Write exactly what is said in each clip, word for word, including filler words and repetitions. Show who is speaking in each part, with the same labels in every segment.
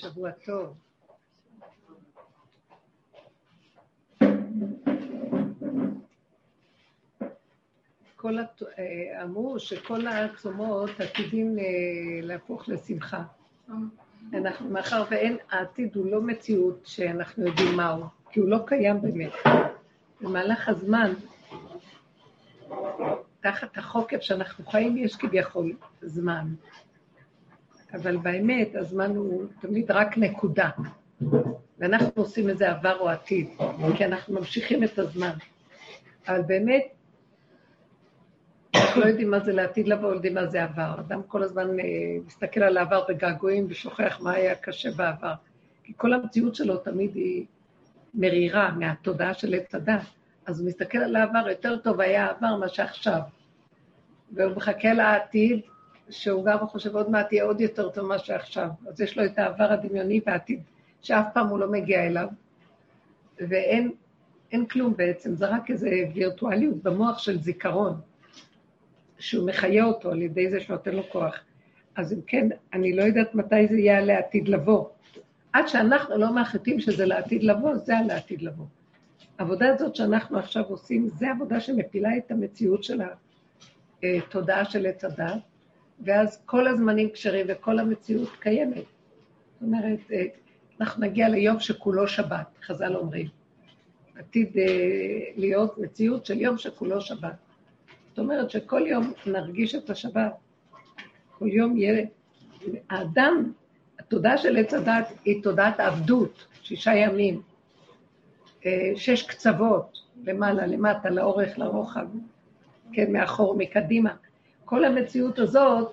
Speaker 1: שבוע טוב. כל הת... אמרו שכל העצומות עתידים להפוך לשמחה. אנחנו, מאחר ואין, העתיד הוא לא מציאות שאנחנו יודעים מהו, כי הוא לא קיים באמת. במהלך הזמן, תחת החוקף שאנחנו חיים, יש כביכול זמן. אבל באמת, הזמן הוא תמיד רק נקודה. ואנחנו עושים איזה עבר או עתיד, כי אנחנו ממשיכים את הזמן. אבל באמת, אנחנו לא יודעים מה זה לעתיד לבוא, יודעים מה זה עבר. אדם כל הזמן מסתכל על העבר בגעגועים ושוכח מה היה קשה בעבר. כי כל המציאות שלו תמיד היא מרירה מהתודעה של עץ הדת. אז הוא מסתכל על העבר, יותר טוב היה העבר מה שעכשיו. והוא מחכה לעתיד, שהוא גם חושב עוד מעט יהיה עוד יותר טוב מה שעכשיו. אז יש לו את העבר הדמיוני והעתיד, שאף פעם הוא לא מגיע אליו. ואין אין כלום בעצם, זה רק איזו וירטואליות במוח של זיכרון. שהוא מחיה אותו על ידי זה שנותן לו כוח. אז אם כן, אני לא יודעת מתי זה יהיה לעתיד לבוא. עד שאנחנו לא מחליטים שזה לעתיד לבוא, זה לעתיד לבוא. העבודה הזאת שאנחנו עכשיו עושים, זה עבודה שמפילה את המציאות של התודעה של עץ הדת, ואז כל הזמנים קשרים וכל המציאות קיימת. זאת אומרת, אנחנו נגיע ליום שכולו שבת, חז"ל אומרים. עתיד להיות מציאות של יום שכולו שבת. זאת אומרת שכל יום נרגיש את השבת, כל יום יהיה, האדם, התודעה של עץ הדת היא תודעת העבדות, שישה ימים, שש קצוות, למעלה, למטה, לאורך, לרוחב, כן, מאחור, מקדימה. כל המציאות הזאת,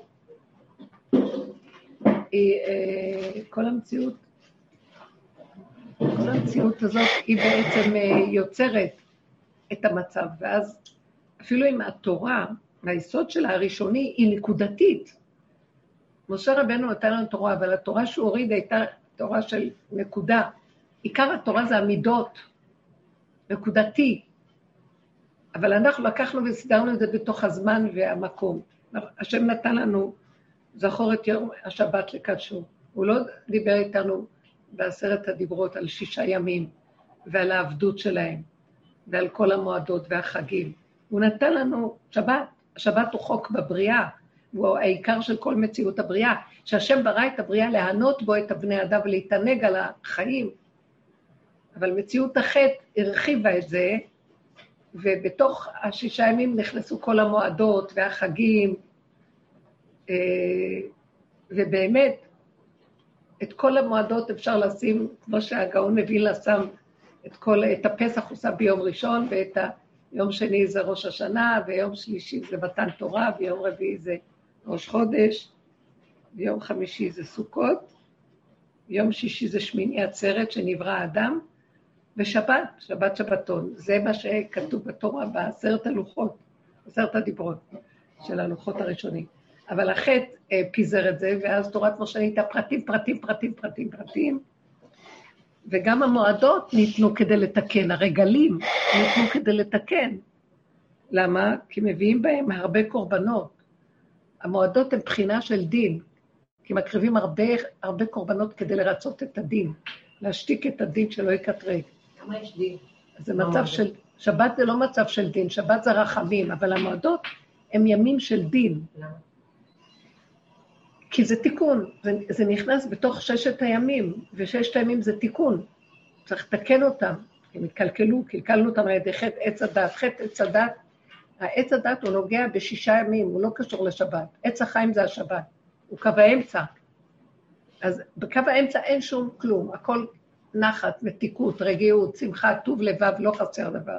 Speaker 1: היא, כל המציאות, כל המציאות הזאת היא בעצם יוצרת את המצב, ואז אפילו אם התורה, היסוד שלה הראשוני, היא נקודתית. משה רבנו נתן לנו תורה, אבל התורה שהוא הוריד הייתה תורה של נקודה. עיקר התורה זה המידות, נקודתי. אבל אנחנו לקחנו וסידרנו את זה בתוך הזמן והמקום. השם נתן לנו זכור את יום השבת לקדשו. הוא לא דיבר איתנו בעשרת הדיברות על שישה ימים, ועל העבדות שלהם, ועל כל המועדות והחגים. הוא נתן לנו שבת, השבת הוא חוק בבריאה, הוא העיקר של כל מציאות הבריאה, שהשם ברא את הבריאה להנות בו את הבני אדם ולהתענג על החיים, אבל מציאות החטא הרחיבה את זה, ובתוך השישה ימים נכנסו כל המועדות והחגים, ובאמת את כל המועדות אפשר לשים, כמו שהגאון מווילנה שם, את, כל, את הפסח הוא שם ביום ראשון, ואת ה... יום שני זה ראש השנה, ויום שלישי זה מתן תורה, ויום רביעי זה ראש חודש, ויום חמישי זה סוכות, ויום שישי זה שמיני עצרת שנברא האדם, ושבת, שבת שבתון. זה מה שכתוב בתורה בעשרת הלוחות, עשרת הדיברות של הלוחות הראשונים. אבל החטא פיזר את זה, ואז תורת משה הייתה פרטים, פרטים, פרטים, פרטים, פרטים, וגם המועדות ניתנו כדי לתקן, הרגלים ניתנו כדי לתקן. למה? כי מביאים בהם הרבה קורבנות. המועדות הן בחינה של דין, כי מקריבים הרבה, הרבה קורבנות כדי לרצות את הדין, להשתיק את הדין שלא יקטרג.
Speaker 2: כמה יש דין?
Speaker 1: זה מצב של, שבת זה לא מצב של דין, שבת זה רחמים, אבל המועדות הם ימים של דין.
Speaker 2: למה?
Speaker 1: כי זה תיקון, זה, זה נכנס בתוך ששת הימים, וששת הימים זה תיקון. צריך לתקן אותם, הם התקלקלו, קלקלנו אותם על ידי חטא עץ הדת. חטא עץ הדת, העץ הדת הוא נוגע בשישה ימים, הוא לא קשור לשבת. עץ החיים זה השבת, הוא קו האמצע. אז בקו האמצע אין שום כלום, הכל נחת, מתיקות, רגיעות, שמחה, טוב לבב, לא חסר דבר.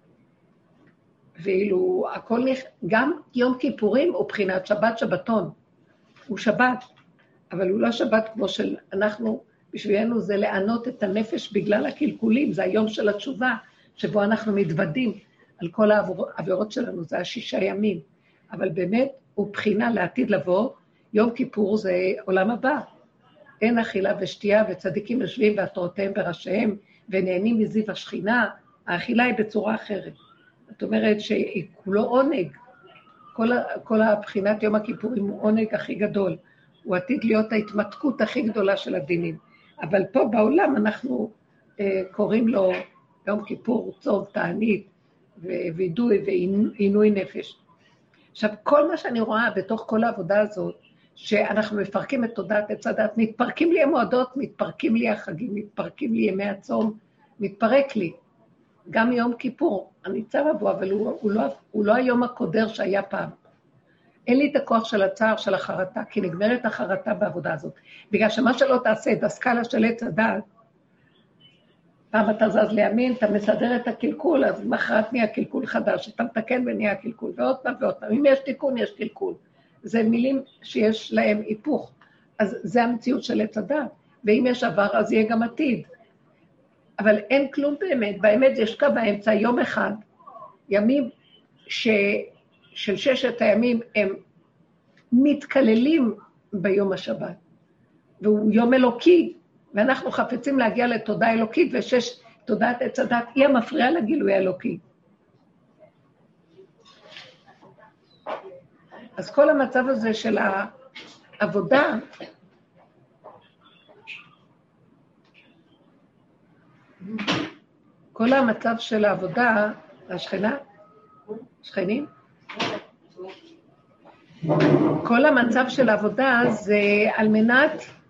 Speaker 1: ואילו הכל, נכ... גם יום כיפורים הוא בחינת שבת שבתון. הוא שבת, אבל הוא לא שבת כמו של אנחנו, בשבילנו זה לענות את הנפש בגלל הקלקולים, זה היום של התשובה, שבו אנחנו מתוודים על כל העבירות שלנו, זה השישה ימים, אבל באמת הוא בחינה לעתיד לבוא, יום כיפור זה עולם הבא, אין אכילה ושתייה וצדיקים יושבים והתורותיהם בראשיהם, ונהנים מזיו השכינה, האכילה היא בצורה אחרת, זאת אומרת שהיא כולו עונג, כל, כל הבחינת יום הכיפורים הוא עונג הכי גדול, הוא עתיד להיות ההתמתקות הכי גדולה של הדינים. אבל פה בעולם אנחנו אה, קוראים לו יום כיפור, צום, תענית, ווידוי ועינוי נפש. עכשיו, כל מה שאני רואה בתוך כל העבודה הזאת, שאנחנו מפרקים את תודעת עץ הדת, מתפרקים לי המועדות, מתפרקים לי החגים, מתפרקים לי ימי הצום, מתפרק לי. גם יום כיפור, אני צער אבו, אבל הוא, הוא, לא, הוא לא היום הקודר שהיה פעם. אין לי את הכוח של הצער, של החרטה, כי נגמרת החרטה בעבודה הזאת. בגלל שמה שלא תעשה, את הסקאלה של עץ הדת, פעם אתה זז לימין, אתה מסדר את הקלקול, אז מחרת נהיה קלקול חדש, אתה מתקן ונהיה קלקול, ועוד פעם ועוד פעם. אם יש תיקון, יש קלקול. זה מילים שיש להם היפוך. אז זה המציאות של עץ הדת. ואם יש עבר, אז יהיה גם עתיד. אבל אין כלום באמת. באמת יש קו באמצע, יום אחד, ימים ש... של ששת הימים, הם מתקללים ביום השבת. והוא יום אלוקי, ואנחנו חפצים להגיע לתודעה אלוקית, ושש תודעת עץ הדת היא המפריעה לגילוי האלוקי. אז כל המצב הזה של העבודה, כל המצב של העבודה, השכנה, שכנים, כל המצב של העבודה זה על מנת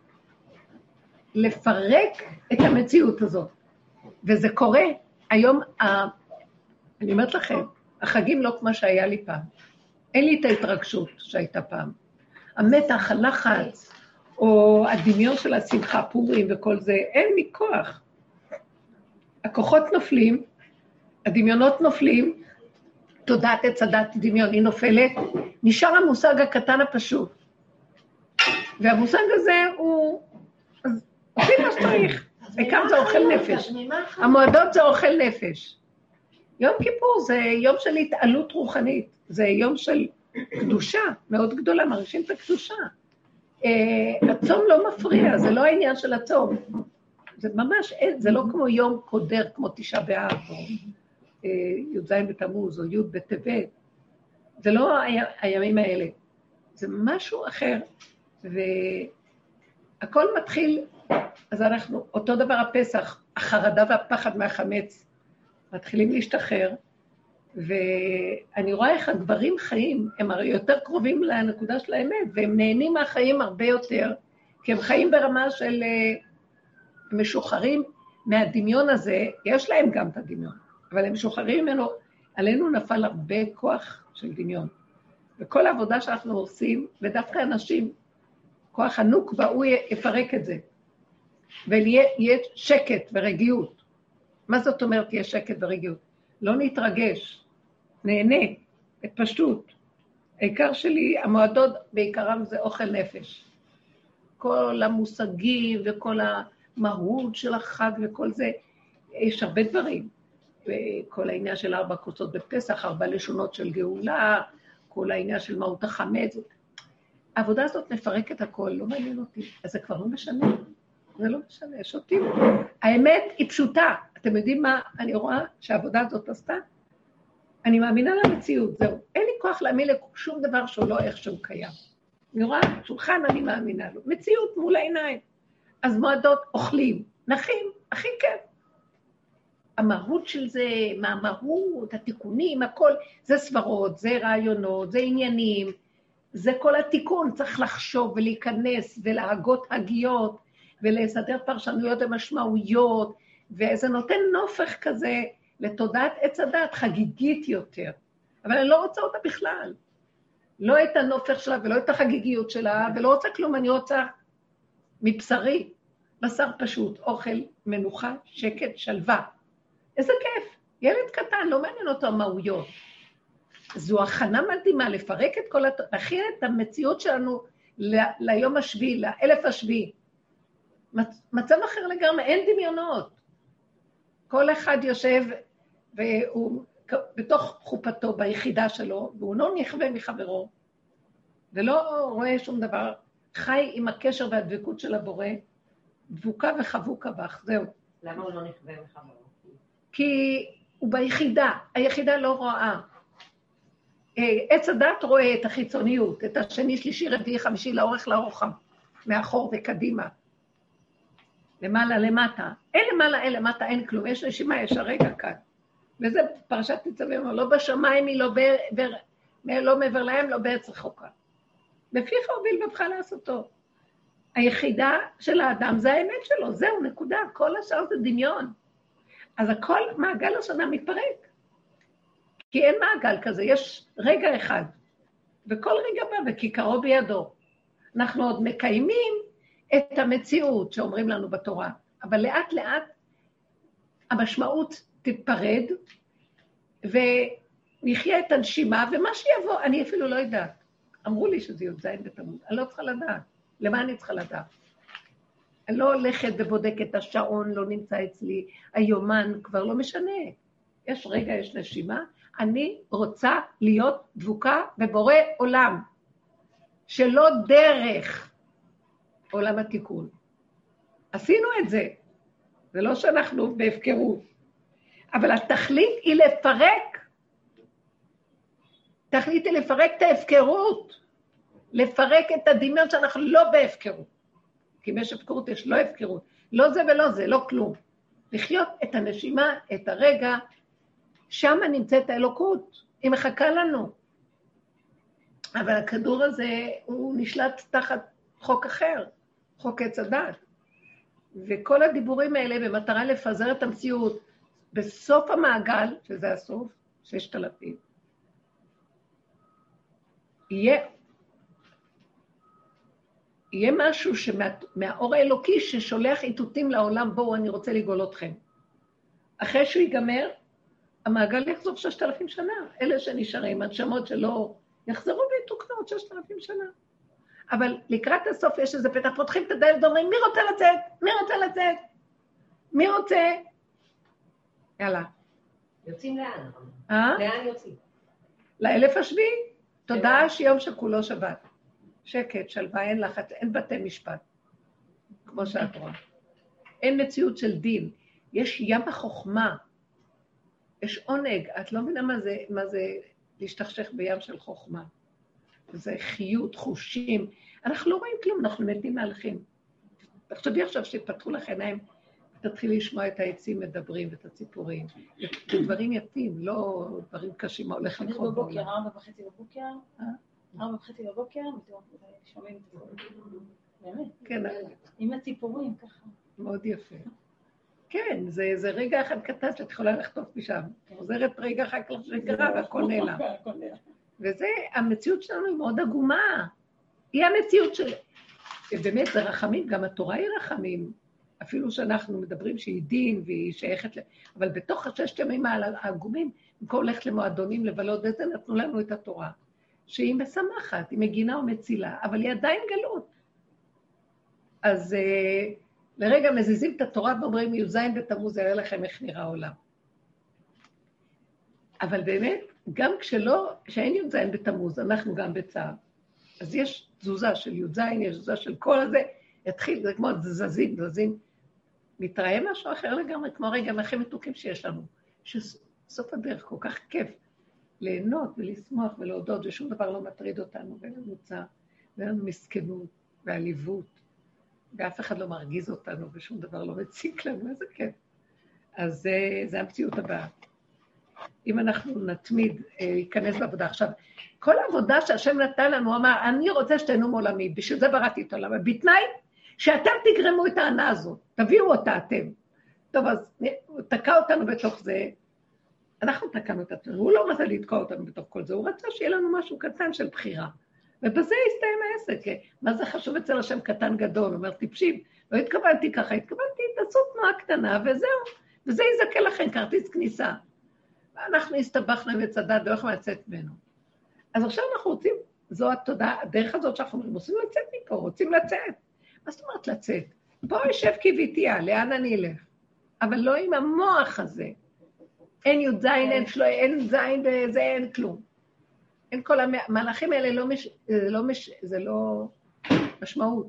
Speaker 1: לפרק את המציאות הזאת. וזה קורה. היום, ה... אני אומרת לכם, החגים לא כמו שהיה לי פעם. אין לי את ההתרגשות שהייתה פעם. המתח, הלחץ, או הדמיון של השמחה, פורים וכל זה, אין לי כוח. הכוחות נופלים, הדמיונות נופלים, תודעת עץ הדת דמיון, היא נופלת, נשאר המושג הקטן הפשוט. והמושג הזה הוא... אז עושים מה שצריך. וכאן זה אוכל נפש. המועדות זה אוכל נפש. יום כיפור זה יום של התעלות רוחנית. זה יום של קדושה מאוד גדולה, מרגישים את הקדושה. הצום לא מפריע, זה לא העניין של הצום. זה ממש, זה לא כמו יום קודר, כמו תשעה באב, או י' ז' בתמוז, או י' בטבת. זה לא הימים האלה. זה משהו אחר. והכל מתחיל, אז אנחנו, אותו דבר הפסח, החרדה והפחד מהחמץ, מתחילים להשתחרר, ואני רואה איך הגברים חיים, הם הרי יותר קרובים לנקודה של האמת, והם נהנים מהחיים הרבה יותר, כי הם חיים ברמה של משוחררים מהדמיון הזה, יש להם גם את הדמיון, אבל הם משוחררים ממנו, עלינו נפל הרבה כוח של דמיון, וכל העבודה שאנחנו עושים, ודווקא אנשים, כוח הנוקבה, הוא יפרק את זה, ויהיה שקט ורגיעות. מה זאת אומרת יהיה שקט ורגיעות? לא נתרגש, נהנה, את פשוט. העיקר שלי, המועדות בעיקרם זה אוכל נפש. כל המושגים וכל המהות של החג וכל זה, יש הרבה דברים. וכל העניין של ארבע כוסות בפסח, ארבע לשונות של גאולה, כל העניין של מהות החמץ. העבודה הזאת מפרקת הכל, לא מעניין אותי. אז זה כבר לא משנה. זה לא משנה, שותים. האמת היא פשוטה. אתם יודעים מה אני רואה שהעבודה הזאת עשתה? אני מאמינה למציאות, זהו. אין לי כוח להאמין לשום דבר שהוא לא איכשהו קיים. אני רואה, שולחן אני מאמינה לו. מציאות מול העיניים. אז מועדות אוכלים, נחים, הכי כיף. המהות של זה, מה המהות, התיקונים, הכל, זה סברות, זה רעיונות, זה עניינים, זה כל התיקון, צריך לחשוב ולהיכנס ולהגות הגיות, ולסדר פרשנויות ומשמעויות, וזה נותן נופך כזה לתודעת עץ הדת, חגיגית יותר. אבל אני לא רוצה אותה בכלל. לא את הנופך שלה ולא את החגיגיות שלה, ולא רוצה כלום, אני רוצה מבשרי, בשר פשוט, אוכל, מנוחה, שקט, שלווה. איזה כיף. ילד קטן, לא מעניין אותו המהויות. זו הכנה מדהימה לפרק את כל, להכין את המציאות שלנו ל- ליום השביעי, לאלף השביעי. מצב אחר לגמרי, אין דמיונות. כל אחד יושב והוא בתוך חופתו, ביחידה שלו, והוא לא נכווה מחברו, ולא רואה שום דבר, חי עם הקשר והדבקות של הבורא, דבוקה וחבוקה בך, זהו.
Speaker 2: למה הוא לא נכווה מחברו?
Speaker 1: כי הוא ביחידה, היחידה לא רואה. עץ הדת רואה את החיצוניות, את השני, שלישי, רביעי, חמישי, לאורך לאורחם, מאחור וקדימה. למעלה למטה. אין למעלה, אין למטה, אין כלום. יש נשימה, יש הרגע כאן. וזה פרשת ניצבים, לא בשמיים היא, לא, ב, ב, לא מעבר להם, לא בארץ רחוקה. בפיך הוביל בבך לעשותו. היחידה של האדם זה האמת שלו, זהו, נקודה. כל השאר זה דמיון. אז הכל מעגל השנה מתפרק. כי אין מעגל כזה, יש רגע אחד. וכל רגע בא וכיכרו בידו. אנחנו עוד מקיימים את המציאות שאומרים לנו בתורה, אבל לאט לאט המשמעות תתפרד, ונחיה את הנשימה, ומה שיבוא, אני אפילו לא יודעת. אמרו לי שזה י"ז בתמוז, אני לא צריכה לדעת. למה אני צריכה לדעת? אני לא הולכת ובודקת את השעון, לא נמצא אצלי, היומן כבר לא משנה. יש רגע, יש נשימה, אני רוצה להיות דבוקה בבורא עולם, שלא דרך עולם התיקון. עשינו את זה, זה לא שאנחנו בהפקרות, אבל התכלית היא לפרק, תכלית היא לפרק את ההפקרות, לפרק את הדמיון שאנחנו לא בהפקרות, כי אם יש הפקרות יש לא הפקרות, לא זה ולא זה, לא כלום. לחיות את הנשימה, את הרגע, שם נמצאת האלוקות, היא מחכה לנו. אבל הכדור הזה הוא נשלט תחת חוק אחר, חוק עץ הדת. וכל הדיבורים האלה במטרה לפזר את המציאות, בסוף המעגל, שזה הסוף, ששת אלפים, יהיה, יהיה משהו שמהאור האלוקי ששולח איתותים לעולם, בואו אני רוצה לגאול אתכם. אחרי שהוא ייגמר, המעגל יחזור ששת אלפים שנה, אלה שנשארים, הנשמות שלא יחזרו ויתוקנו עוד ששת אלפים שנה. אבל לקראת הסוף יש איזה פתח, פותחים את הדלת ואומרים, מי רוצה לצאת? מי רוצה לצאת? מי רוצה? יאללה.
Speaker 2: יוצאים לאן?
Speaker 1: אה?
Speaker 2: לאן יוצאים?
Speaker 1: לאלף השביעי. תודה שיום שכולו שבת. שקט, שלווה, אין לחץ, אין בתי משפט. כמו שאת רואה. אין מציאות של דין. יש ים החוכמה. יש עונג. את לא מבינה מה זה, מה זה להשתכשך בים של חוכמה. זה חיות, חושים. אנחנו לא רואים כלום, אנחנו מתים מהלכים. תחשבי עכשיו שפתחו לך עיניים, ותתחילי לשמוע את העצים מדברים ואת הציפורים. זה דברים יפים, לא דברים קשים, מה הולך לחוב בעולם.
Speaker 3: בבוקר, ארבע וחצי בבוקר, ארבע וחצי בבוקר, שומעים את הציפורים. באמת.
Speaker 1: כן.
Speaker 3: עם הציפורים, ככה.
Speaker 1: מאוד יפה. כן, זה, זה רגע אחד קטן שאת יכולה לחטוף משם. חוזרת רגע אחר כך שקרה והכל נעלם. וזה, המציאות שלנו היא מאוד עגומה. היא המציאות של... ובאמת זה רחמים, גם התורה היא רחמים. אפילו שאנחנו מדברים שהיא דין והיא שייכת ל... אבל בתוך הששת ימים העגומים, במקום הולכת למועדונים לבלות וזה, נתנו לנו את התורה. שהיא משמחת, היא מגינה ומצילה, אבל היא עדיין גלות. אז uh, לרגע מזיזים את התורה ואומרים, י"ז בתמוז, יראה לכם איך נראה העולם. אבל באמת, גם כשלא, כשאין י"ז בתמוז, אנחנו גם בצער. אז יש תזוזה של י"ז, יש תזוזה של כל הזה, יתחיל, זה כמו זזים, זזים. מתראה משהו אחר לגמרי, כמו הרגע הכי מתוקים שיש לנו, שסוף הדרך כל כך כיף, ליהנות ולשמוח ולהודות, ושום דבר לא מטריד אותנו, ואין לנו צער, ואין לנו מסכנות ועליבות, ואף אחד לא מרגיז אותנו, ושום דבר לא מציק לנו, איזה כיף. אז זה, זה המציאות הבאה. אם אנחנו נתמיד, ייכנס לעבודה. עכשיו, כל העבודה שהשם נתן לנו, הוא אמר, אני רוצה שתהנו מעולמי, בשביל זה בראתי את העולם, בתנאי שאתם תגרמו את הענה הזאת, תביאו אותה אתם. טוב, אז הוא תקע אותנו בתוך זה, אנחנו תקענו את עצמנו, הוא לא רצה לתקוע אותנו בתוך כל זה, הוא רצה שיהיה לנו משהו קטן של בחירה. ובזה הסתיים העסק. מה זה חשוב אצל השם קטן גדול? הוא אומר, טיפשים, לא התכוונתי ככה, התכוונתי, תעשו תנועה קטנה, וזהו, וזה יזכה לכם כרטיס כניסה. ואנחנו הסתבכנו עם הצדת, לא יכולים לצאת ממנו. אז עכשיו אנחנו רוצים, זו התודעה, הדרך הזאת שאנחנו אומרים, רוצים לצאת מפה, רוצים לצאת. מה זאת אומרת לצאת? פה יושב כביתיה, לאן אני אלך? אבל לא עם המוח הזה. אין י' זין, אין שלו, אין זין וזה, אין כלום. אין כל המהלכים האלה, לא מש, זה, לא מש, זה לא משמעות.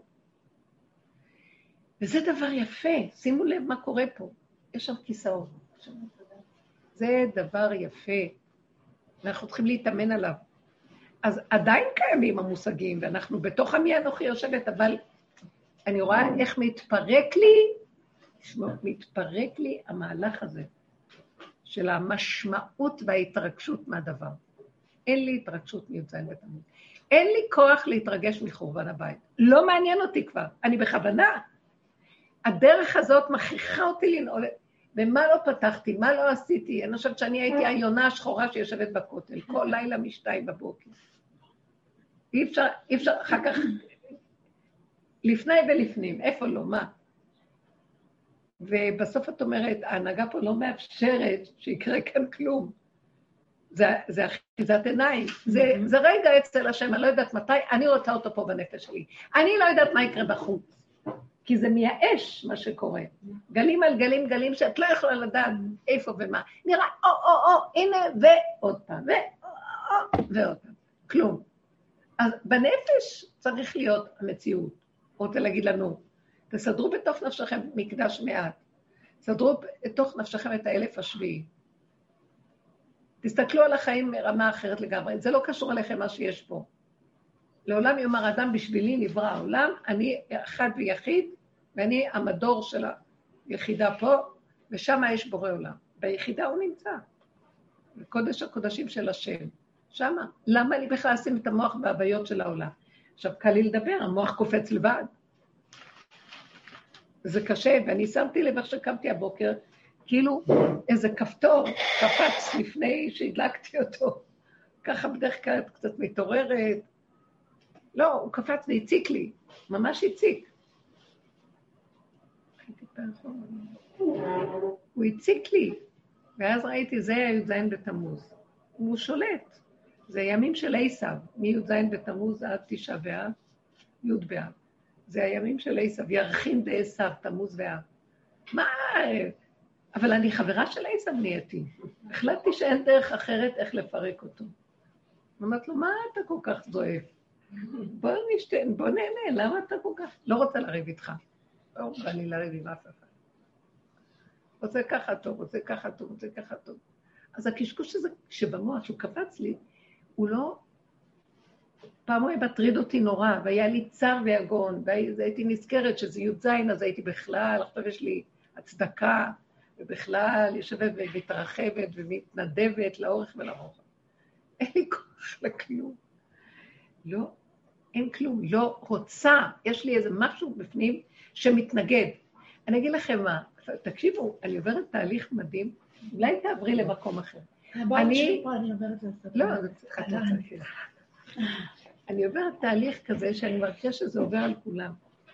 Speaker 1: וזה דבר יפה, שימו לב מה קורה פה. יש שם כיסאות. זה דבר יפה. אנחנו צריכים להתאמן עליו. אז עדיין קיימים המושגים, ואנחנו בתוך עמי אנוכי יושבת, אבל אני רואה איך מתפרק לי מתפרק לי המהלך הזה של המשמעות וההתרגשות מהדבר. אין לי התרגשות מיוצאים בתמוז. אין לי כוח להתרגש מחורבן הבית. לא מעניין אותי כבר. אני בכוונה. הדרך הזאת מכריחה אותי לנעול. ומה לא פתחתי, מה לא עשיתי? אני חושבת שאני הייתי היונה השחורה שיושבת בכותל, כל לילה משתיים בבוקר. אי אפשר, אי אפשר, אחר כך, לפני ולפנים, איפה לא, מה? ובסוף את אומרת, ההנהגה פה לא מאפשרת שיקרה כאן כלום. זה, זה אחיזת עיניים. זה, זה רגע אצל השם, אני לא יודעת מתי, אני רוצה אותו פה בנפש שלי. אני לא יודעת מה יקרה בחוץ. כי זה מייאש מה שקורה. גלים על גלים, גלים שאת לא יכולה לדעת איפה ומה. נראה, או, או, או, הנה, ועוד פעם, ועוד פעם. כלום. אז בנפש צריך להיות המציאות. רוצה להגיד לנו, תסדרו בתוך נפשכם מקדש מעט. תסדרו בתוך נפשכם את האלף השביעי. תסתכלו על החיים מרמה אחרת לגמרי. זה לא קשור אליכם מה שיש פה. לעולם יאמר אדם בשבילי נברא העולם, אני אחד ויחיד, ואני המדור של היחידה פה, ושם יש בורא עולם. ביחידה הוא נמצא. בקודש הקודשים של השם. שמה. למה לי בכלל לשים את המוח בהוויות של העולם? עכשיו, קל לי לדבר, המוח קופץ לבד. זה קשה, ואני שמתי לב איך שקמתי הבוקר, כאילו איזה כפתור קפץ לפני שהדלקתי אותו. ככה בדרך כלל קצת מתעוררת. לא, הוא קפץ והציק לי, ממש הציק. הוא הציק לי, ואז ראיתי, זה היה י"ז בתמוז. הוא שולט. זה ימים של עשיו, מ-י"ז בתמוז עד תשעה באב, י' באב. זה הימים של עשיו, ירחין דעשיו, תמוז ואב. מה? אבל אני חברה של עשיו נהייתי. החלטתי שאין דרך אחרת איך לפרק אותו. אמרתי לו, מה אתה כל כך זועף? בוא נשתן, בוא נהנה, למה אתה כל כך? לא רוצה לריב איתך. לא בא לי לריב עם אף אחד. רוצה ככה טוב, רוצה ככה טוב, רוצה ככה טוב. אז הקשקוש הזה, שבמוח שהוא קפץ לי, הוא לא... פעם הוא היה מטריד אותי נורא, והיה לי צער ויגון, והייתי נזכרת שזה י"ז, אז הייתי בכלל, עכשיו יש לי הצדקה, ובכלל יושבת ומתרחבת ומתנדבת לאורך ולרוחב. אין לי כוח לכלום. לא, אין כלום, לא רוצה. יש לי איזה משהו בפנים שמתנגד. אני אגיד לכם מה, תקשיבו, אני עוברת תהליך מדהים, אולי תעברי למקום אחר.
Speaker 3: אני... אני עוברת לסדר.
Speaker 1: לא, זה צריך לצאת. אני עוברת תהליך כזה שאני מרגישה שזה עובר על כולם.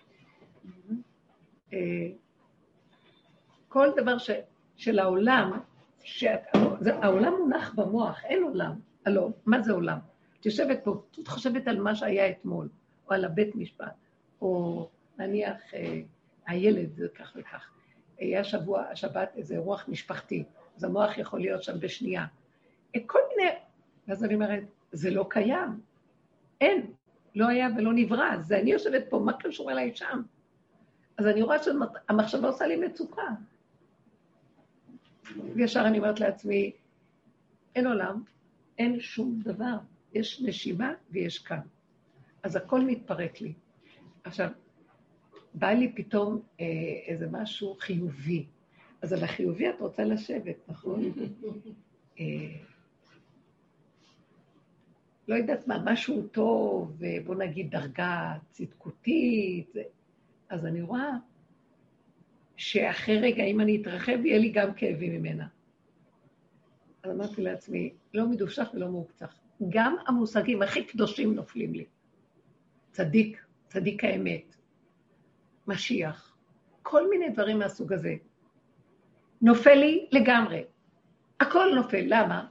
Speaker 1: כל דבר של העולם, העולם מונח במוח, אין עולם. הלא, מה זה עולם? את יושבת פה, את חושבת על מה שהיה אתמול, או על הבית משפט, או נניח הילד, זה כך וכך. היה שבוע, השבת, איזה רוח משפחתי, אז המוח יכול להיות שם בשנייה. כל מיני, ואז אני אומרת, זה לא קיים. אין, לא היה ולא נברא, זה אני יושבת פה, מה קשור אליי שם? אז אני רואה שהמחשבה עושה לי מצוקה. וישר אני אומרת לעצמי, אין עולם, אין שום דבר, יש נשימה ויש כאן. אז הכל מתפרק לי. עכשיו, בא לי פתאום אה, איזה משהו חיובי. אז על החיובי את רוצה לשבת, נכון? אה, לא יודעת מה, משהו טוב, בוא נגיד דרגה צדקותית. אז אני רואה שאחרי רגע, אם אני אתרחב, יהיה לי גם כאבים ממנה. אז אמרתי לעצמי, לא מדושך ולא מוקצח. גם המושגים הכי קדושים נופלים לי. צדיק, צדיק האמת, משיח, כל מיני דברים מהסוג הזה. נופל לי לגמרי. הכל נופל, למה?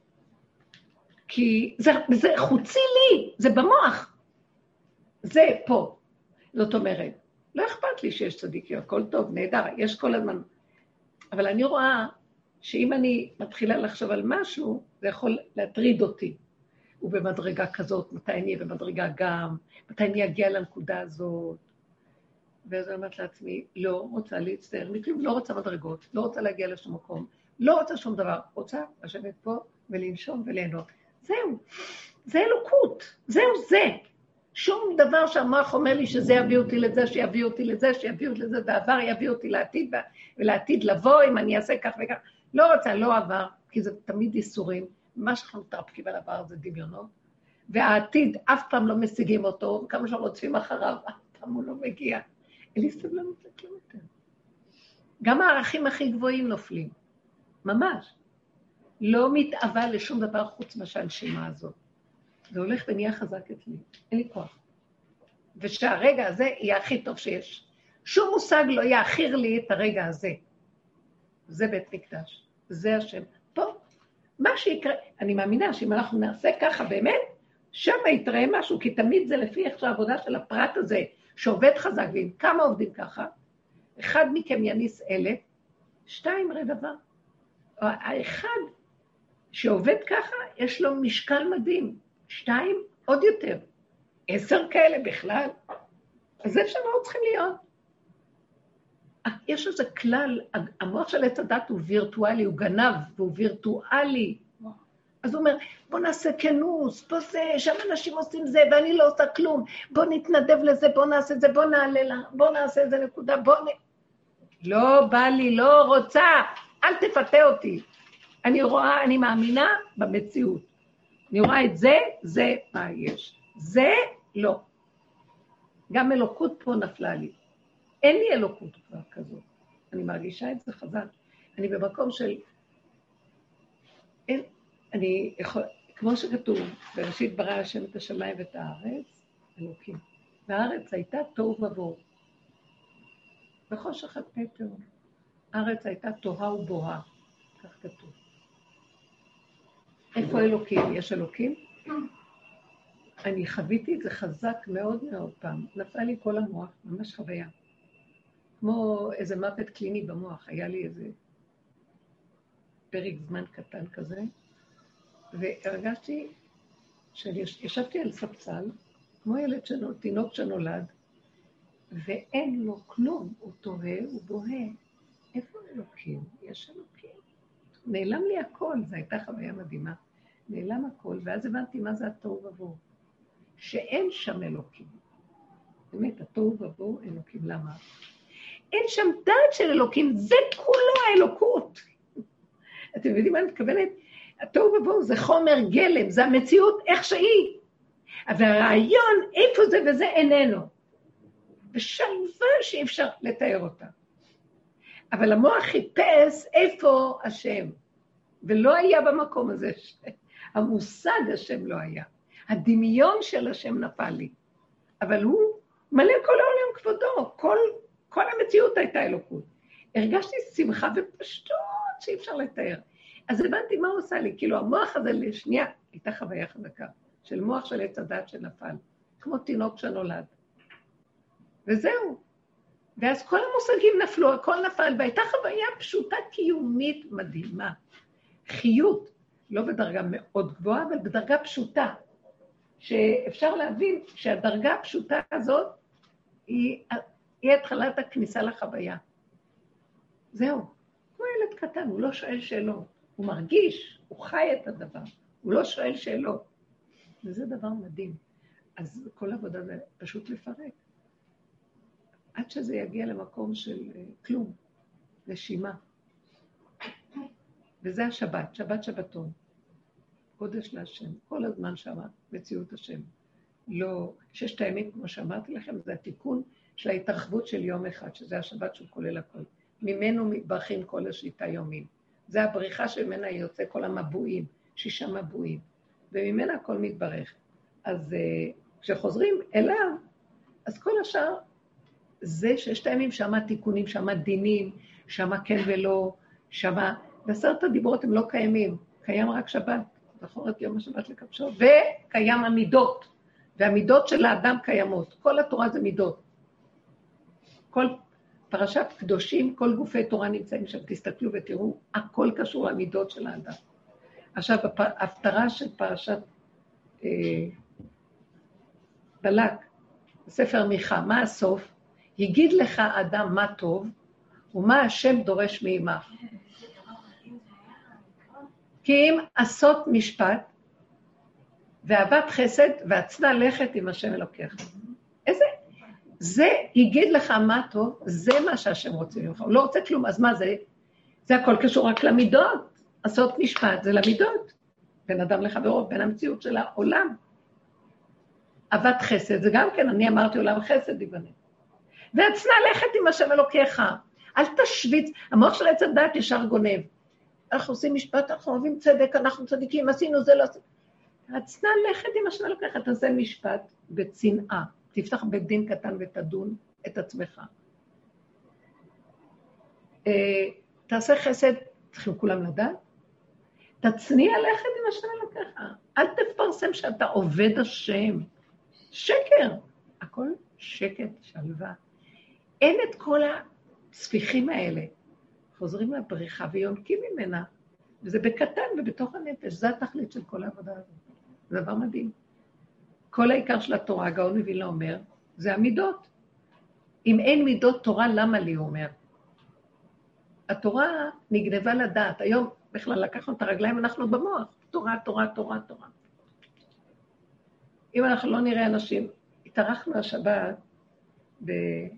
Speaker 1: כי זה, זה חוצי לי, זה במוח. זה פה. זאת אומרת, לא אכפת לי שיש צדיקי, הכל טוב, נהדר, יש כל הזמן. אבל אני רואה שאם אני מתחילה לחשוב על משהו, זה יכול להטריד אותי. ובמדרגה כזאת, מתי אני אהיה במדרגה גם, מתי אני אגיע לנקודה הזאת. ואז אני אומרת לעצמי, לא רוצה להצטער מכלום, לא רוצה מדרגות, לא רוצה להגיע לשום מקום, לא רוצה שום דבר, רוצה לשבת פה ולנשום וליהנות. זהו, זה אלוקות, זהו זה. שום דבר שהמוח אומר לי שזה יביא אותי לזה, שיביא אותי לזה, שיביא אותי לזה, ועבר יביא אותי לעתיד, ולעתיד לבוא אם אני אעשה כך וכך. לא רוצה, לא עבר, כי זה תמיד איסורים. מה שאנחנו מתרפקים על עבר זה דמיונות. והעתיד אף פעם לא משיגים אותו, כמה שרודפים אחריו, אף פעם הוא לא מגיע. אין לי סבלנות לכלום יותר. גם הערכים הכי גבוהים נופלים. ממש. לא מתאווה לשום דבר חוץ מהנשימה הזאת. זה הולך ונהיה חזק אצלי. אין לי כוח. ושהרגע הזה יהיה הכי טוב שיש. שום מושג לא יאחיר לי את הרגע הזה. זה בית מקדש. זה השם. פה, מה שיקרה, אני מאמינה שאם אנחנו נעשה ככה באמת, שם יתראה משהו, כי תמיד זה לפי איך שהעבודה של הפרט הזה, שעובד חזק, ואם כמה עובדים ככה, אחד מכם יניס אלף, שתיים רדבה. האחד שעובד ככה, יש לו משקל מדהים. שתיים, עוד יותר. עשר כאלה בכלל. אז זה שאנחנו צריכים להיות. יש איזה כלל, המוח של עץ הדת הוא וירטואלי, הוא גנב, והוא וירטואלי. אז הוא אומר, בוא נעשה כנוס, בוא זה, שם אנשים עושים זה, ואני לא עושה כלום. בוא נתנדב לזה, בוא נעשה זה, בוא נעלה לה, בוא נעשה איזה נקודה, בוא נ... לא בא לי, לא רוצה, אל תפתה אותי. אני רואה, אני מאמינה במציאות. אני רואה את זה, זה מה יש. זה לא. גם אלוקות פה נפלה לי. אין לי אלוקות כבר כזאת. אני מרגישה את זה חזק. אני במקום של... אין, אני יכול... כמו שכתוב, בראשית ברא השם את השמיים ואת הארץ, אלוקים. והארץ הייתה תוהו ובוהו. בחושך על פני תהום. הארץ הייתה תוהה ובוהה. כך כתוב. איפה אלוקים? יש אלוקים? אני חוויתי את זה חזק מאוד מאוד פעם. נפל לי כל המוח, ממש חוויה. כמו איזה מוות קליני במוח. היה לי איזה פרק זמן קטן כזה, והרגשתי שישבתי על ספסל, כמו ילד שנולד, תינוק שנולד, ואין לו כלום, הוא תוהה, הוא בוהה. איפה אלוקים? יש אלוקים. נעלם לי הכל, זו הייתה חוויה מדהימה. נעלם הכל, ואז הבנתי מה זה התוהו ובוהו. שאין שם אלוקים. באמת, התוהו ובוהו אלוקים. למה? אין שם דעת של אלוקים, זה כולו האלוקות. אתם יודעים מה אני מתכוונת? התוהו ובוהו זה חומר גלם, זה המציאות איך שהיא. אבל הרעיון, איפה זה וזה איננו. ושלווה שאי אפשר לתאר אותה. אבל המוח חיפש איפה השם. ולא היה במקום הזה, המושג השם לא היה. הדמיון של השם נפל לי. אבל הוא מלא כל העולם כבודו, כל, כל המציאות הייתה אלוקות. הרגשתי שמחה ופשטות שאי אפשר לתאר. אז הבנתי מה הוא עושה לי, כאילו המוח הזה לשנייה, הייתה חוויה חזקה, של מוח של עץ הדת שנפל, כמו תינוק שנולד. וזהו. ואז כל המושגים נפלו, הכל נפל, והייתה חוויה פשוטה קיומית מדהימה. חיות, לא בדרגה מאוד גבוהה, אבל בדרגה פשוטה, שאפשר להבין שהדרגה הפשוטה הזאת היא, היא התחלת הכניסה לחוויה. זהו, הוא ילד קטן, הוא לא שואל שאלות, הוא מרגיש, הוא חי את הדבר, הוא לא שואל שאלות. וזה דבר מדהים. אז כל עבודה זה פשוט לפרק. עד שזה יגיע למקום של כלום, נשימה. וזה השבת, שבת שבתון. קודש להשם, כל הזמן שמה, מציאות השם. לא, ששת הימים, כמו שאמרתי לכם, זה התיקון של ההתרחבות של יום אחד, שזה השבת שהוא כולל הכל. ממנו מתברכים כל השיטה יומים. זה הבריחה שממנה יוצא כל המבואים, שישה מבואים. וממנה הכל מתברך. אז כשחוזרים אליו, אז כל השאר, זה ששת הימים שמה תיקונים, שמה דינים, שמה כן ולא, שמה... בעשרת הדיברות הם לא קיימים, קיים רק שבת, זכור את יום השבת לקדשו, וקיים המידות, והמידות של האדם קיימות, כל התורה זה מידות. כל פרשת קדושים, כל גופי תורה נמצאים שם, תסתכלו ותראו, הכל קשור למידות של האדם. עכשיו, ההפטרה של פרשת אה, בלק, בספר מיכה, מה הסוף? יגיד לך אדם מה טוב, ומה השם דורש מעמך. כי אם עשות משפט, ואהבת חסד, והצנע לכת עם השם אלוקיך. איזה? זה יגיד לך מה טוב, זה מה שהשם רוצה ממך. הוא לא רוצה כלום, אז מה זה? זה הכל קשור רק למידות. עשות משפט זה למידות. בין אדם לחברו, בין המציאות של העולם. אהבת חסד, זה גם כן, אני אמרתי עולם חסד יבנה. והצנע לכת עם השם אלוקיך. אל תשוויץ, המוח של עץ הדת ישר גונב. אנחנו עושים משפט, אנחנו אוהבים צדק, אנחנו צדיקים, עשינו זה לא... הצנע לכת עם השם אלוקיך, תעשה משפט בצנעה. תפתח בית דין קטן ותדון את עצמך. תעשה חסד, צריכים כולם לדעת. תצניע לכת עם השם אלוקיך. אל תפרסם שאתה עובד השם. שקר. הכל שקט, שלווה. אין את כל הספיחים האלה. חוזרים לבריחה ויונקים ממנה. וזה בקטן ובתוך הנפש. זה התכלית של כל העבודה הזאת. זה דבר מדהים. כל העיקר של התורה, הגאון מווילנה אומר, זה המידות. אם אין מידות תורה, למה לי הוא אומר? התורה נגנבה לדעת. היום בכלל לקחנו את הרגליים, אנחנו במוח. תורה, תורה, תורה, תורה. אם אנחנו לא נראה אנשים, התארחנו השבת ב...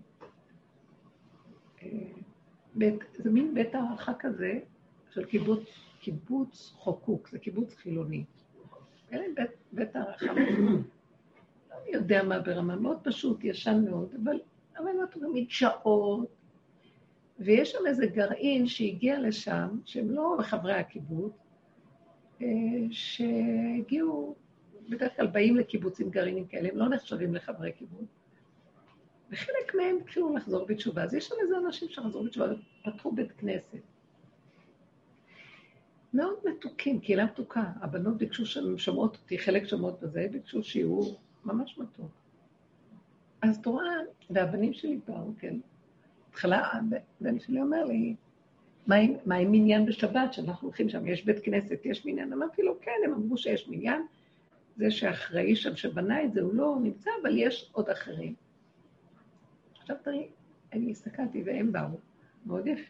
Speaker 1: בית, זה מין בית הערכה כזה של קיבוץ, קיבוץ חוקוק, זה קיבוץ חילוני. אין להם בית, בית הערכה. לא יודע מה ברמה, מאוד פשוט, ישן מאוד, אבל אבל לא תמיד שעות. ויש שם איזה גרעין שהגיע לשם, שהם לא חברי הקיבוץ, שהגיעו, בדרך כלל באים לקיבוצים גרעינים כאלה, הם לא נחשבים לחברי קיבוץ. וחלק מהם התחילו לחזור בתשובה. אז יש שם איזה אנשים שחזרו בתשובה ופתחו בית כנסת. מאוד מתוקים, קהילה מתוקה. הבנות ביקשו שומעות אותי, חלק שומעות בזה, ביקשו שיעור ממש מתוק. אז תורה, והבנים שלי באו, כן. התחלה, הבן שלי אומר לי, מה עם, מה עם מניין בשבת שאנחנו הולכים שם? יש בית כנסת, יש מניין? אמרתי לו, כן, הם אמרו שיש מניין. זה שאחראי שם שבנה את זה, הוא לא נמצא, אבל יש עוד אחרים. עכשיו תראי, אני הסתכלתי והם באו, מאוד יפה.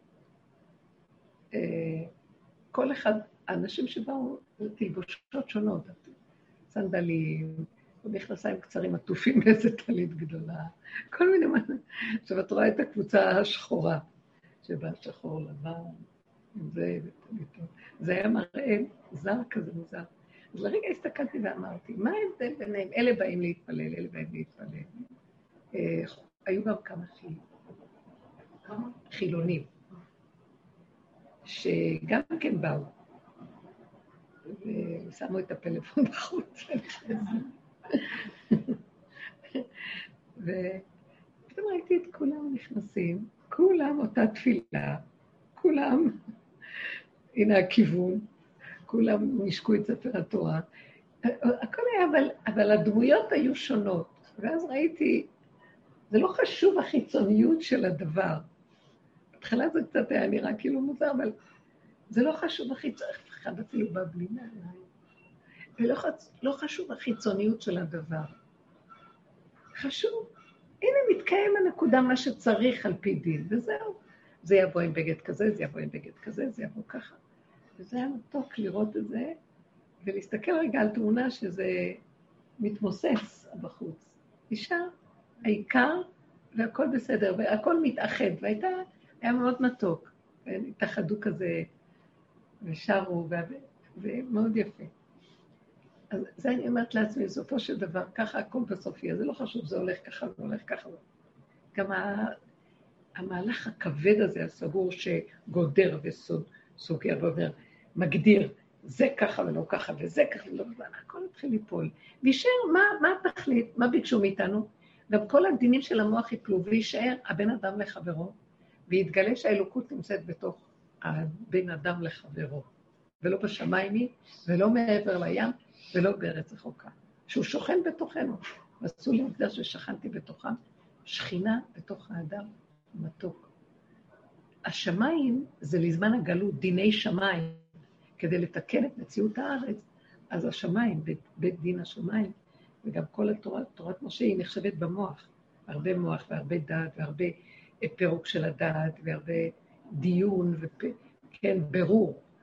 Speaker 1: כל אחד, האנשים שבאו, זה תלבושות שונות, סנדלים, ומכנסיים קצרים עטופים באיזה טלית גדולה, כל מיני מה. עכשיו את רואה את הקבוצה השחורה, שבא שחור לבן, זה, זה היה מראה זר כזה מוזר. אז לרגע הסתכלתי ואמרתי, מה ההבדל ביניהם? אלה באים להתפלל, אלה באים להתפלל. היו גם כמה חילונים, שגם כן באו, ושמו את הפלאפון בחוץ. ופתאום ראיתי את כולם נכנסים, כולם אותה תפילה, כולם, הנה הכיוון, כולם נשקו את ספר התורה. הכל היה, אבל, אבל הדמויות היו שונות. ואז ראיתי, זה לא חשוב החיצוניות של הדבר. בתחילה זה קצת היה נראה כאילו מוזר, אבל זה לא חשוב החיצוניות, אחד אפילו בא בלי נעליים. ולא לא חשוב החיצוניות של הדבר. חשוב, הנה מתקיים הנקודה מה שצריך על פי דין, וזהו. זה יבוא עם בגד כזה, זה יבוא עם בגד כזה, זה יבוא ככה. וזה היה מתוק לראות את זה, ולהסתכל רגע על תמונה שזה מתמוסס בחוץ. נשאר העיקר, והכל בסדר, והכל מתאחד, והייתה, היה מאוד מתוק. התאחדו כזה, ושרו, ומאוד יפה. אז זה אני אומרת לעצמי, בסופו של דבר, ככה הכל בסוף יהיה, זה לא חשוב, זה הולך ככה, זה הולך ככה. גם המהלך הכבד הזה, הסגור שגודר וסוגר ואומר, מגדיר, זה ככה ולא ככה, וזה ככה ולא ככה, הכל התחיל ליפול. וישאר, מה, מה התכלית? מה ביקשו מאיתנו? גם כל הדינים של המוח יפלו, וישאר הבן אדם לחברו, ויתגלה שהאלוקות נמצאת בתוך הבן אדם לחברו, ולא בשמיים היא, ולא מעבר לים, ולא בארץ רחוקה. שהוא שוכן בתוכנו. ועשו לי מקדש ששכנתי בתוכם, שכינה בתוך האדם מתוק. השמיים זה לזמן הגלות, דיני שמיים, כדי לתקן את מציאות הארץ, אז השמיים, בית, בית דין השמיים, וגם כל התורה, תורת משה היא נחשבת במוח, הרבה מוח והרבה דעת, והרבה פירוק של הדעת, והרבה דיון, וכן, ברור.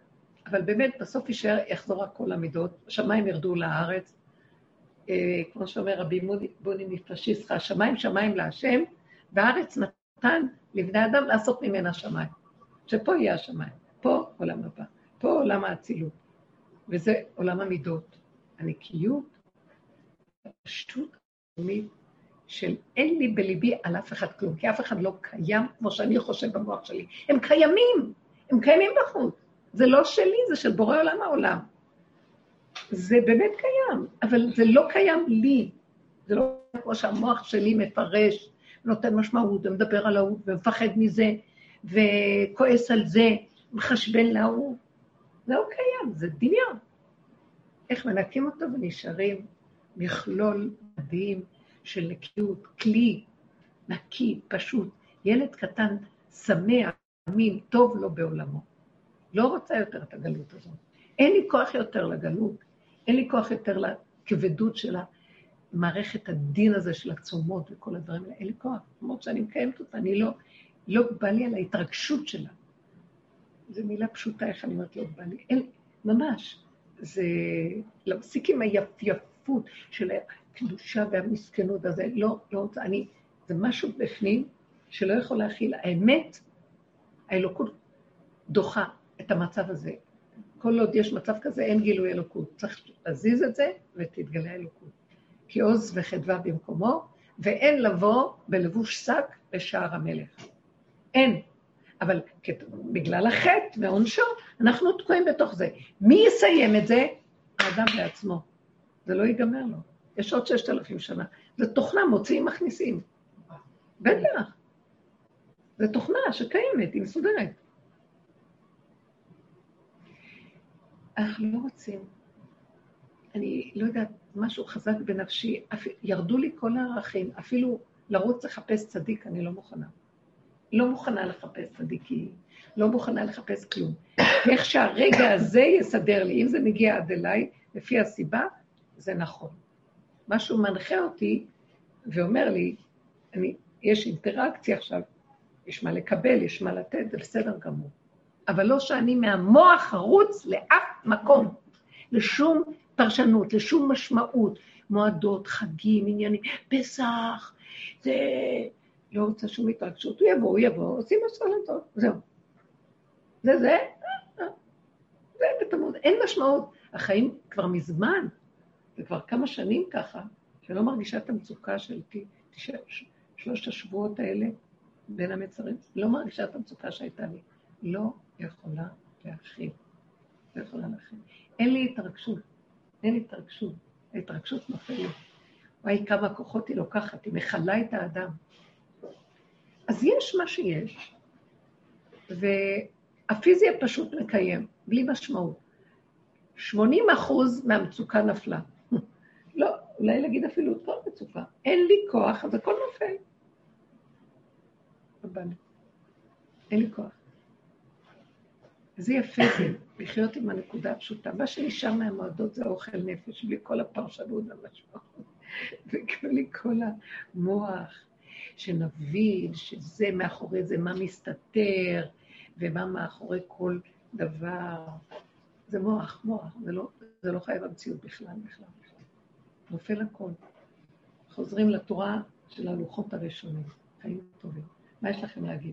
Speaker 1: אבל באמת, בסוף יישאר, יחזור הכל המידות, השמיים ירדו לארץ, אה, כמו שאומר רבי בוני מפשיסחה, השמיים שמיים להשם, והארץ נתן לבני אדם לעשות ממנה שמיים. שפה יהיה השמיים, פה עולם הבא, פה עולם האצילות, וזה עולם המידות, הנקיות, הפשטות הלאומית, של אין לי בליבי על אף אחד כלום, כי אף אחד לא קיים כמו שאני חושב במוח שלי. הם קיימים, הם קיימים בחוץ. זה לא שלי, זה של בורא עולם העולם. זה באמת קיים, אבל זה לא קיים לי. זה לא כמו שהמוח שלי מפרש, נותן משמעות, ומדבר על ההוא, ומפחד מזה, וכועס על זה, מחשבן להוא. זה לא קיים, זה דמיון. איך מנקים אותו ונשארים מכלול מדהים, של נקיות, כלי, נקי, פשוט. ילד קטן, שמח, אמין, טוב לו בעולמו. לא רוצה יותר את הגלות הזאת. אין לי כוח יותר לגלות, אין לי כוח יותר לכבדות של המערכת הדין הזה של הצומות וכל הדברים האלה. אין לי כוח. כמו שאני מקיימת אותה, אני לא, לא בא לי על ההתרגשות שלה. זו מילה פשוטה, איך אני אומרת, לא בא לי. אין, ממש. זה להפסיק עם היפייפות של הקדושה והמסכנות הזה. לא, לא רוצה, אני, זה משהו בפנים שלא יכול להכיל. האמת, האלוקות דוחה את המצב הזה. כל עוד יש מצב כזה, אין גילוי אלוקות. צריך להזיז את זה ותתגלה אלוקות. כי עוז וחדווה במקומו, ואין לבוא בלבוש שק לשער המלך. אין. אבל בגלל החטא ועונשו, אנחנו תקועים בתוך זה. מי יסיים את זה? האדם בעצמו. זה לא ייגמר לו. יש עוד ששת אלפים שנה. זה תוכנה, מוציאים, מכניסים. בטח. זה תוכנה שקיימת, היא מסודרת. אנחנו לא רוצים. אני לא יודעת, משהו חזק בנפשי, ירדו לי כל הערכים, אפילו לרוץ לחפש צדיק, אני לא מוכנה. לא מוכנה לחפש צדיקי, לא מוכנה לחפש כלום. איך שהרגע הזה יסדר לי, אם זה מגיע עד אליי, לפי הסיבה, זה נכון. משהו מנחה אותי ואומר לי, אני, יש אינטראקציה עכשיו, יש מה לקבל, יש מה לתת, זה בסדר גמור. אבל לא שאני מהמוח הרוץ לאף מקום, לשום פרשנות, לשום משמעות, מועדות, חגים, עניינים, פסח, זה... לא רוצה שום התרגשות, הוא יבוא, הוא יבוא, עושים משהו לטוב, זהו. זה זה, זה בתמוד, אין משמעות. החיים כבר מזמן, וכבר כמה שנים ככה, שלא מרגישה את המצוקה של שלושת השבועות האלה בין המצרים, לא מרגישה את המצוקה שהייתה לי. לא יכולה להכיל. לא יכולה להכיל. אין לי התרגשות, אין לי התרגשות. ההתרגשות נופלת. וואי, כמה כוחות היא לוקחת, היא מחלה את האדם. אז יש מה שיש, והפיזיה פשוט מקיים, בלי משמעות. שמונים אחוז מהמצוקה נפלה. לא, אולי להגיד אפילו כל מצוקה. אין לי כוח, אז הכל נופל. אין לי כוח. זה יפה זה, לחיות עם הנקודה הפשוטה. מה שנשאר מהמועדות זה אוכל נפש, בלי כל הפרשנות והמשמעות, ובלי כל המוח. שנבין שזה מאחורי זה, מה מסתתר, ומה מאחורי כל דבר. זה מוח, מוח, זה לא, זה לא חייב המציאות בכלל, בכלל, בכלל. נופל הכל. חוזרים לתורה של הלוחות הראשונים, חיים טובים. מה יש לכם להגיד?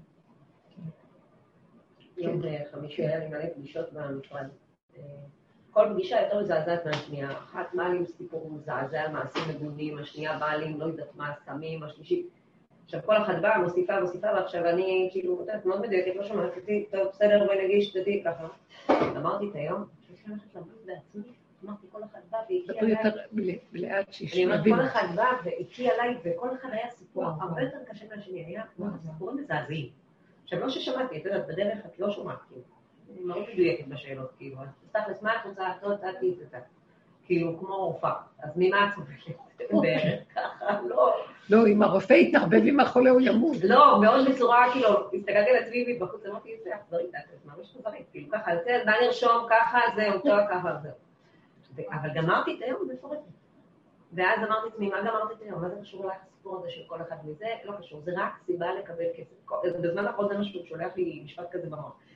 Speaker 2: יום חמישי היה לי מלא פגישות במשרד. כל פגישה יותר מזעזעת מהשנייה. אחת באה לי עם סיפור מזעזע, מעשים מגונים, השנייה באה לי עם לא יודעת מה, סמים, השלישית. עכשיו כל אחד באה, מוסיפה, מוסיפה, ועכשיו אני כאילו, יודעת, מאוד מדויקת, לא שמעת אותי, טוב, בסדר, בואי נגיש, תדעי, ככה. אמרתי את היום, שאני צריכה ללכת למות בעצמי, אמרתי, כל אחד בא והקיע עליי.
Speaker 1: יותר בלעד שיש.
Speaker 2: אני אומרת, כל אחד בא והקיע עליי, וכל אחד היה סיפור הרבה יותר קשה מהשני, היה סיפורים מזעזעים. עכשיו, לא ששמעתי, את יודעת, בדרך את לא שומעת, כאילו. אני מאוד מדויקת בשאלות, כאילו, אז תכלס, מה את רוצה, את לא תעתי את זה, כאילו, כמו רופאה. אז ממה את סובלת? בערך ככה, לא.
Speaker 1: לא, אם הרופא יתערבב עם החולה, הוא ימות.
Speaker 2: לא, מאוד בצורה, כאילו, הסתכלתי על עצמי מבחוץ, אמרתי, זה אכזרית, זה ממש אכזרית, כאילו, ככה, זה, מה לרשום, ככה, זהו, טוב, ככה, זהו. אבל גמרתי את היום מפורטת. ואז אמרתי את עצמי, מה גמרתי את היום? מה זה קשור לך הסיפור הזה של כל אחד מזה? לא קשור, זה רק סיבה לקבל כסף. בזמן האחרון זה משהו, שולח לי משפט כזה במוח.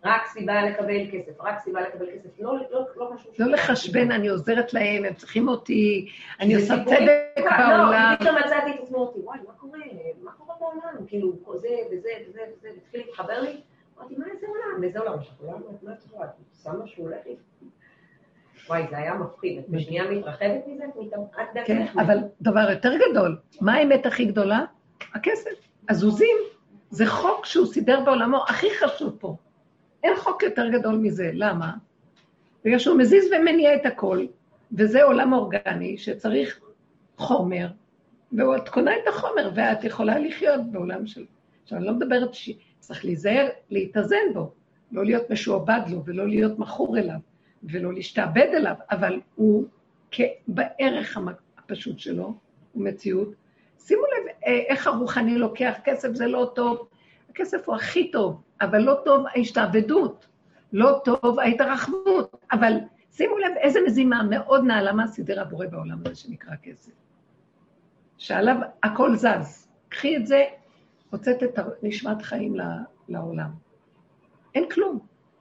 Speaker 2: רק סיבה לקבל כסף, רק סיבה לקבל כסף, לא, לא, לא משהו...
Speaker 1: לא לחשבן, אני עוזרת להם, הם צריכים אותי, אני עושה צדק בעולם.
Speaker 2: לא, פתאום מצאתי את עצמי, אותי, וואי, מה קורה? מה קורה בעולם? כאילו, זה וזה וזה וזה, התחיל להתחבר לי, אמרתי, מה איזה עולם? איזה עולם? עולם, מה את רואה? את עושה משהו הולך לי? וואי, זה היה מפחיד, את בשנייה מתרחבת מזה, את דרך
Speaker 1: כן, אבל דבר יותר גדול, מה האמת הכי גדולה? הכסף. הזוזים, זה חוק שהוא סידר בעולמו הכי חשוב פה. אין חוק יותר גדול מזה, למה? בגלל שהוא מזיז ומניע את הכל, וזה עולם אורגני שצריך חומר, ואת קונה את החומר, ואת יכולה לחיות בעולם של... עכשיו, אני לא מדברת שצריך להיזהר, להתאזן בו, לא להיות משועבד לו, ולא להיות מכור אליו, ולא להשתעבד אליו, אבל הוא בערך הפשוט שלו, הוא מציאות. שימו לב איך הרוחני לוקח כסף, זה לא טוב, הכסף הוא הכי טוב, אבל לא טוב ההשתעבדות, לא טוב ההתרחבות, אבל שימו לב איזה מזימה מאוד נעלמה סידר הבורא בעולם הזה שנקרא כסף. שעליו הכל זז, קחי את זה, הוצאת את נשמת חיים לעולם. אין כלום.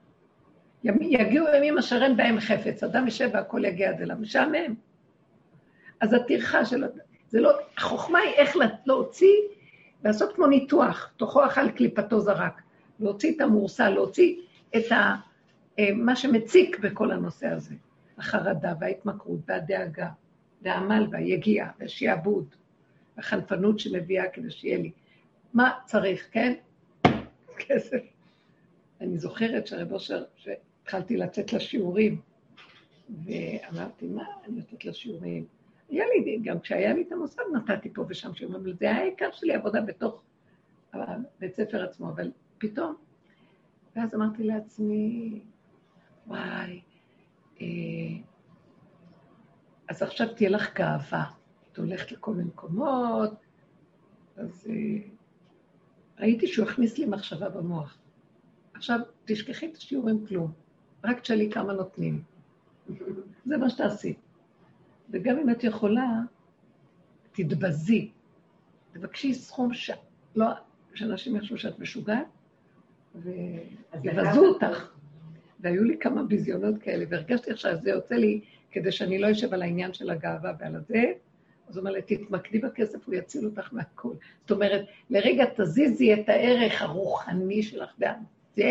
Speaker 1: יגיעו ימים אשר אין בהם חפץ, אדם ישב והכל יגיע עד אליו, משעמם. אז הטרחה של... זה לא... החוכמה היא איך להוציא, לעשות כמו ניתוח, תוכו אכל קליפתו זרק, להוציא את המורסה, להוציא את ה... מה שמציק בכל הנושא הזה. החרדה וההתמכרות והדאגה, והעמל והיגיעה והשיעבוד, והחנפנות שמביאה כדי שיהיה לי. מה צריך, כן? כסף. אני זוכרת שהרב אושר, שהתחלתי לצאת לשיעורים, ואמרתי, מה אני יוצאת לשיעורים? היה לי, גם כשהיה לי את המוסד, נתתי פה ושם שיעורים, אבל זה היה העיקר שלי עבודה בתוך בית ספר עצמו, אבל פתאום, ואז אמרתי לעצמי, וואי, אה, אז עכשיו תהיה לך גאווה, את הולכת לכל מיני מקומות, אז אה, ראיתי שהוא הכניס לי מחשבה במוח. עכשיו, תשכחי את השיעורים כלום, רק תשאלי כמה נותנים. זה מה שתעשי. וגם אם את יכולה, תתבזי, תבקשי סכום ש... לא, שאנשים יחשבו שאת משוגעת, ויבזו אותך. והיו לי כמה ביזיונות כאלה, והרגשתי עכשיו, זה יוצא לי, כדי שאני לא אשב על העניין של הגאווה ועל הזה, אז הוא אומר לי, תתמקדי בכסף, הוא יציל אותך מהכל. זאת אומרת, לרגע תזיזי את הערך הרוחני שלך, זה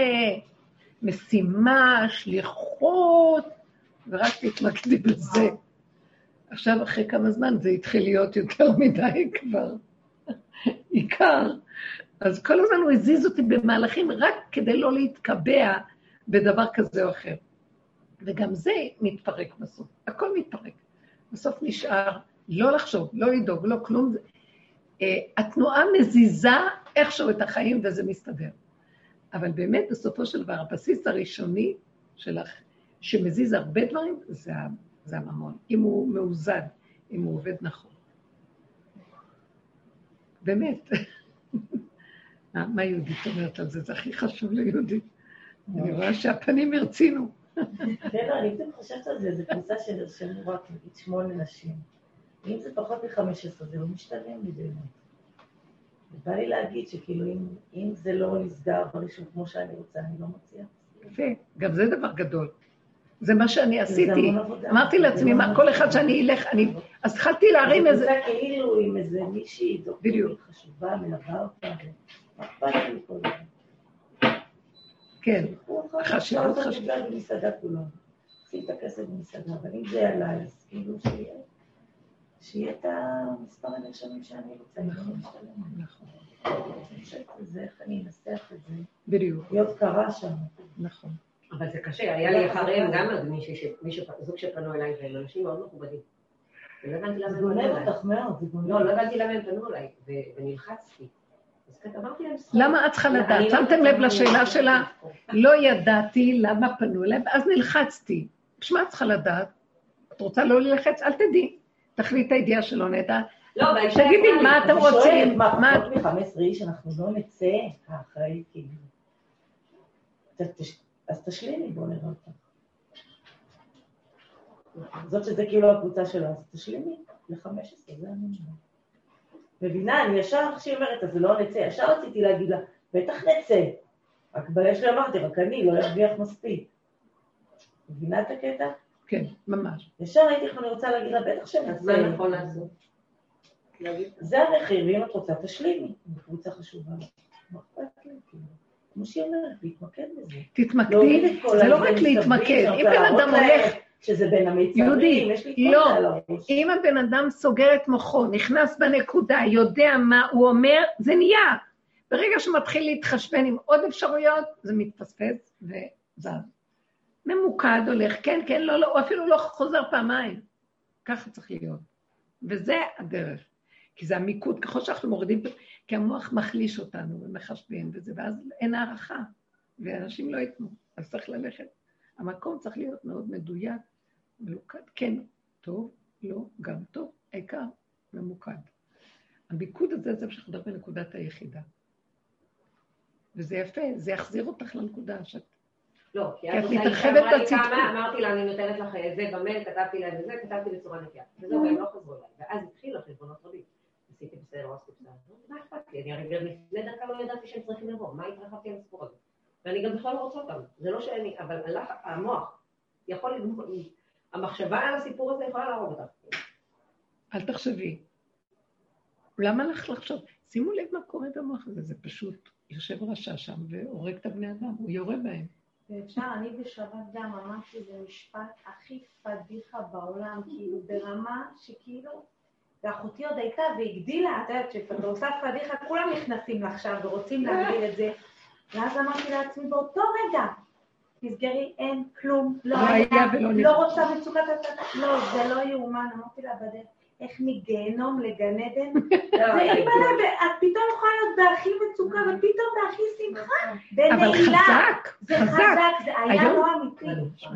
Speaker 1: משימה, שליחות, ורק תתמקדי בזה. עכשיו, אחרי כמה זמן, זה התחיל להיות יותר מדי כבר. עיקר. אז כל הזמן הוא הזיז אותי במהלכים, רק כדי לא להתקבע בדבר כזה או אחר. וגם זה מתפרק בסוף. הכל מתפרק. בסוף נשאר לא לחשוב, לא לדאוג, לא כלום. התנועה מזיזה איכשהו את החיים וזה מסתדר. אבל באמת, בסופו של דבר, הבסיס הראשוני שלך, שמזיז הרבה דברים, זה, זה הממון. אם הוא מאוזן, אם הוא עובד נכון. באמת. מה יהודית אומרת על זה? זה הכי חשוב ליהודית. אני רואה שהפנים הרצינו.
Speaker 4: בסדר, אני פתאום חושבת על זה, זה קבוצה שנרשמו רק נגיד שמונה נשים. אם זה פחות מ-חמש עשרה, זה לא משתלם לי באמת. ובא לי להגיד שכאילו אם זה לא נסגר בראשון כמו שאני רוצה, אני לא מציעה.
Speaker 1: יפה, גם זה דבר גדול. זה מה שאני עשיתי. אמרתי לעצמי, כל אחד שאני אלך, אז התחלתי להרים איזה...
Speaker 4: זה קבוצה כאילו עם איזה מישהי דוקטורית חשובה, מלווה אותה, מה אכפת לי כל זה?
Speaker 1: כן, החשיבות חשובה.
Speaker 4: בגלל במסעדה כולו, עושים את הכסף במסעדה, אבל אם זה עליי, אז כאילו שיהיה, שיהיה את המספר הנרשמים שאני רוצה, אני לא משתלם. נכון. אני חושבת על זה, איך אני אנסח את זה.
Speaker 1: בדיוק.
Speaker 4: להיות קרה שם.
Speaker 1: נכון.
Speaker 2: אבל זה קשה, היה לי אחריהם גם זוג שפנו אליי, והם אנשים מאוד מכובדים. ולא הבנתי למה הם פנו אליי.
Speaker 4: זה גונב אותך מאוד, זה גונב.
Speaker 2: לא, לא הבנתי למה הם פנו אליי, ונלחצתי.
Speaker 1: למה את צריכה לדעת? שמתם לב לשאלה שלה? לא ידעתי למה פנו אליי, ואז נלחצתי. בשביל מה את צריכה לדעת? את רוצה לא ללחץ? אל תדעי. תחליט הידיעה שלא נדע.
Speaker 2: לא,
Speaker 1: תגידי, מה אתם רוצים?
Speaker 4: מה, פחות מ-חמש עשרה איש, אנחנו לא נצא האחראי, כאילו. אז תשלימי, בואו נראה אותך. זאת שזה כאילו הקבוצה שלה, אז תשלימי ל-חמש עשרה, זה אני אומר. מבינה, אני ישר כשהיא אומרת, אז לא נצא, ישר רציתי להגיד לה, בטח נצא. רק בלב שלי אמרתי, רק אני לא ארוויח מספיק. מבינה את הקטע?
Speaker 1: כן, ממש.
Speaker 4: ישר הייתי איך אני רוצה להגיד לה, בטח שאני
Speaker 2: אז מה נכון לעשות?
Speaker 4: זה המחיר, ואם את רוצה, תשלימי. בקבוצה חשובה. מה אכפת לי? כמו שהיא אומרת, להתמקד בזה.
Speaker 1: תתמקדי, זה לא רק להתמקד. אם בן אדם הולך...
Speaker 4: שזה בין המיצרים, יש לי
Speaker 1: לא, אם הבן אדם סוגר את מוחו, נכנס בנקודה, יודע מה הוא אומר, זה נהיה. ברגע שמתחיל להתחשבן עם עוד אפשרויות, זה מתפספס וזז. ממוקד הולך, כן, כן, לא, לא, הוא אפילו לא חוזר פעמיים. ככה צריך להיות. וזה הדרך. כי זה המיקוד, ככל שאנחנו מורידים, כי המוח מחליש אותנו ומחשבן וזה, ואז אין הערכה, ואנשים לא יתנו, אז צריך ללכת. המקום צריך להיות מאוד מדויק, מלוכד, כן, טוב, לא, גם טוב, העיקר ממוקד. המיקוד הזה זה שחדר בנקודת היחידה. וזה יפה, זה יחזיר אותך לנקודה שאת...
Speaker 2: לא, כי
Speaker 1: את
Speaker 2: את
Speaker 1: מתרחבת בציטוט.
Speaker 2: אמרתי לה, אני נותנת לך זה במייל, כתבתי להם וזה, כתבתי בצורה נקייה. וזהו, הם לא חזרו אליי. ואז התחילו חשבונות רבים. עשיתי בסדר, עשיתי בסדר. מה אכפת לי? אני הרי לפני דקה לא ידעתי שהם צריכים לבוא. מה התרחבתי על הסיפור הזה? ואני גם בכלל לא רוצה אותם. זה לא שאני, אבל הלך, המוח יכול, המחשבה על הסיפור הזה יכולה להרוג אותך.
Speaker 1: אל תחשבי. למה לך לחשוב? שימו לב מה קורה במוח הזה, זה פשוט יושב רשע שם והורג את הבני אדם, הוא יורה בהם.
Speaker 3: ואפשר, אני בשבת גם אמרתי, זה משפט הכי פדיחה בעולם, כאילו ברמה שכאילו, ואחותי עוד הייתה והגדילה, את יודעת שאתה עושה פדיחה, כולם נכנסים לה עכשיו ורוצים להגדיל את זה, ואז אמרתי לעצמי באותו רגע, תסגרי, אין כלום, לא היה, לא רוצה מצוקת הצדה, לא, זה לא יאומן, אמרתי לה בדרך, איך מגיהנום לגן עדן, ואימא'לה, את פתאום יכולה להיות בהכי מצוקה, ופתאום בהכי שמחה,
Speaker 1: אבל חזק,
Speaker 3: זה חזק, זה היה לא אמיתי.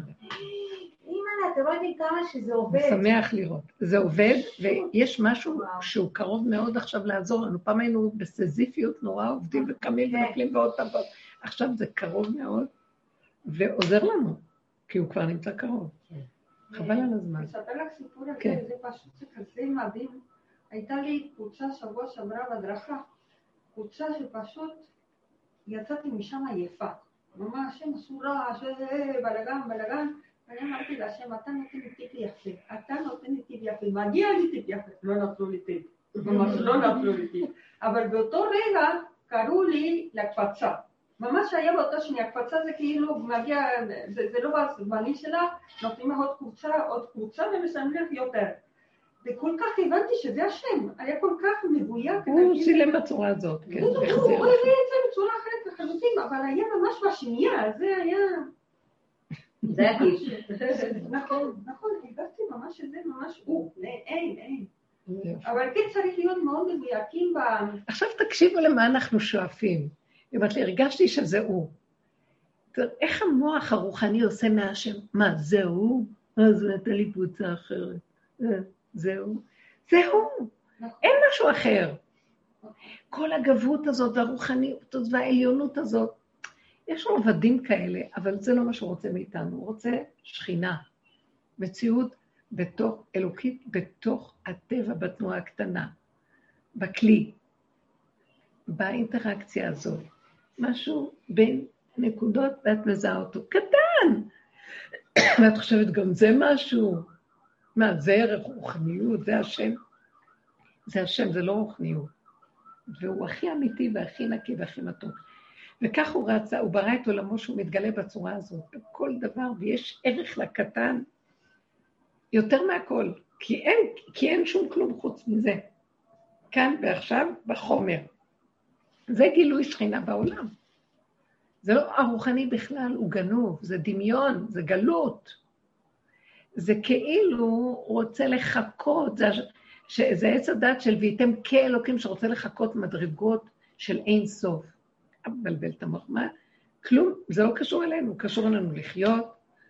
Speaker 3: אימא'לה, אתם לא יודעים כמה שזה עובד.
Speaker 1: שמח לראות, זה עובד, ויש משהו שהוא קרוב מאוד עכשיו לעזור לנו, פעם היינו בסזיפיות נורא, עובדים וקמים ונופלים ועוד פעם, עכשיו זה קרוב מאוד, ועוזר לנו, כי הוא כבר נמצא קרוב. חבל על הזמן.
Speaker 5: אספר לך סיפור הזה, זה פשוט שכזה מדהים. הייתה לי קבוצה שבוע שעברה בדרכה, קבוצה שפשוט יצאתי משם עייפה. ממש השם עשו רעש, בלגן, בלגן, ואני אמרתי להשם, אתה נותן לי טיפ יפה, אתה נותן לי טיפ יפה, מגיע לי טיפ יפה, לא נתנו לי טיפ, ממש לא נתנו לי טיפ. אבל באותו רגע קראו לי לקפצה. ממש היה באותה שנייה, הקפצה זה כאילו מגיע, זה, זה לא בזמני שלה, נותנים עוד קבוצה, עוד קבוצה ומסיימים לך יותר. וכל כך הבנתי שזה השם, היה כל כך מבויק.
Speaker 1: הוא שילם בצורה הזאת, כן.
Speaker 5: הוא הביא את זה בצורה אחרת לחלוטין, אבל היה ממש בשנייה, זה היה...
Speaker 2: זה הגיש.
Speaker 5: נכון, נכון, הבנתי ממש שזה ממש הוא, אין, אין. אבל כן צריך להיות מאוד מבויקים ב...
Speaker 1: עכשיו תקשיבו למה אנחנו שואפים. אמרת לי, הרגשתי שזה הוא. איך המוח הרוחני עושה מהשם? מה, זה הוא? אז נתן לי קבוצה אחרת. זה הוא. זה הוא. אין משהו אחר. כל הגבות הזאת והרוחניות הזאת והעליונות הזאת, יש לו עבדים כאלה, אבל זה לא מה שהוא רוצה מאיתנו. הוא רוצה שכינה, מציאות בתוך, אלוקית בתוך הטבע, בתנועה הקטנה, בכלי, באינטראקציה הזאת. משהו בין נקודות ואת מזהה אותו. קטן! ואת חושבת גם זה משהו. מה, זה ערך רוחניות, זה השם. זה השם, זה לא רוחניות. והוא הכי אמיתי והכי נקי והכי מתוק. וכך הוא רצה, הוא ברא את עולמו שהוא מתגלה בצורה הזאת. בכל דבר, ויש ערך לקטן יותר מהכל. כי אין, כי אין שום כלום חוץ מזה. כאן ועכשיו בחומר. זה גילוי שכינה בעולם. זה לא הרוחני בכלל, הוא גנוב, זה דמיון, זה גלות. זה כאילו רוצה לחכות, זה, זה עץ הדת של ויתם כאלוקים שרוצה לחכות מדרגות של אין סוף. בלבל את המוח, מה? כלום, זה לא קשור אלינו, קשור אלינו לחיות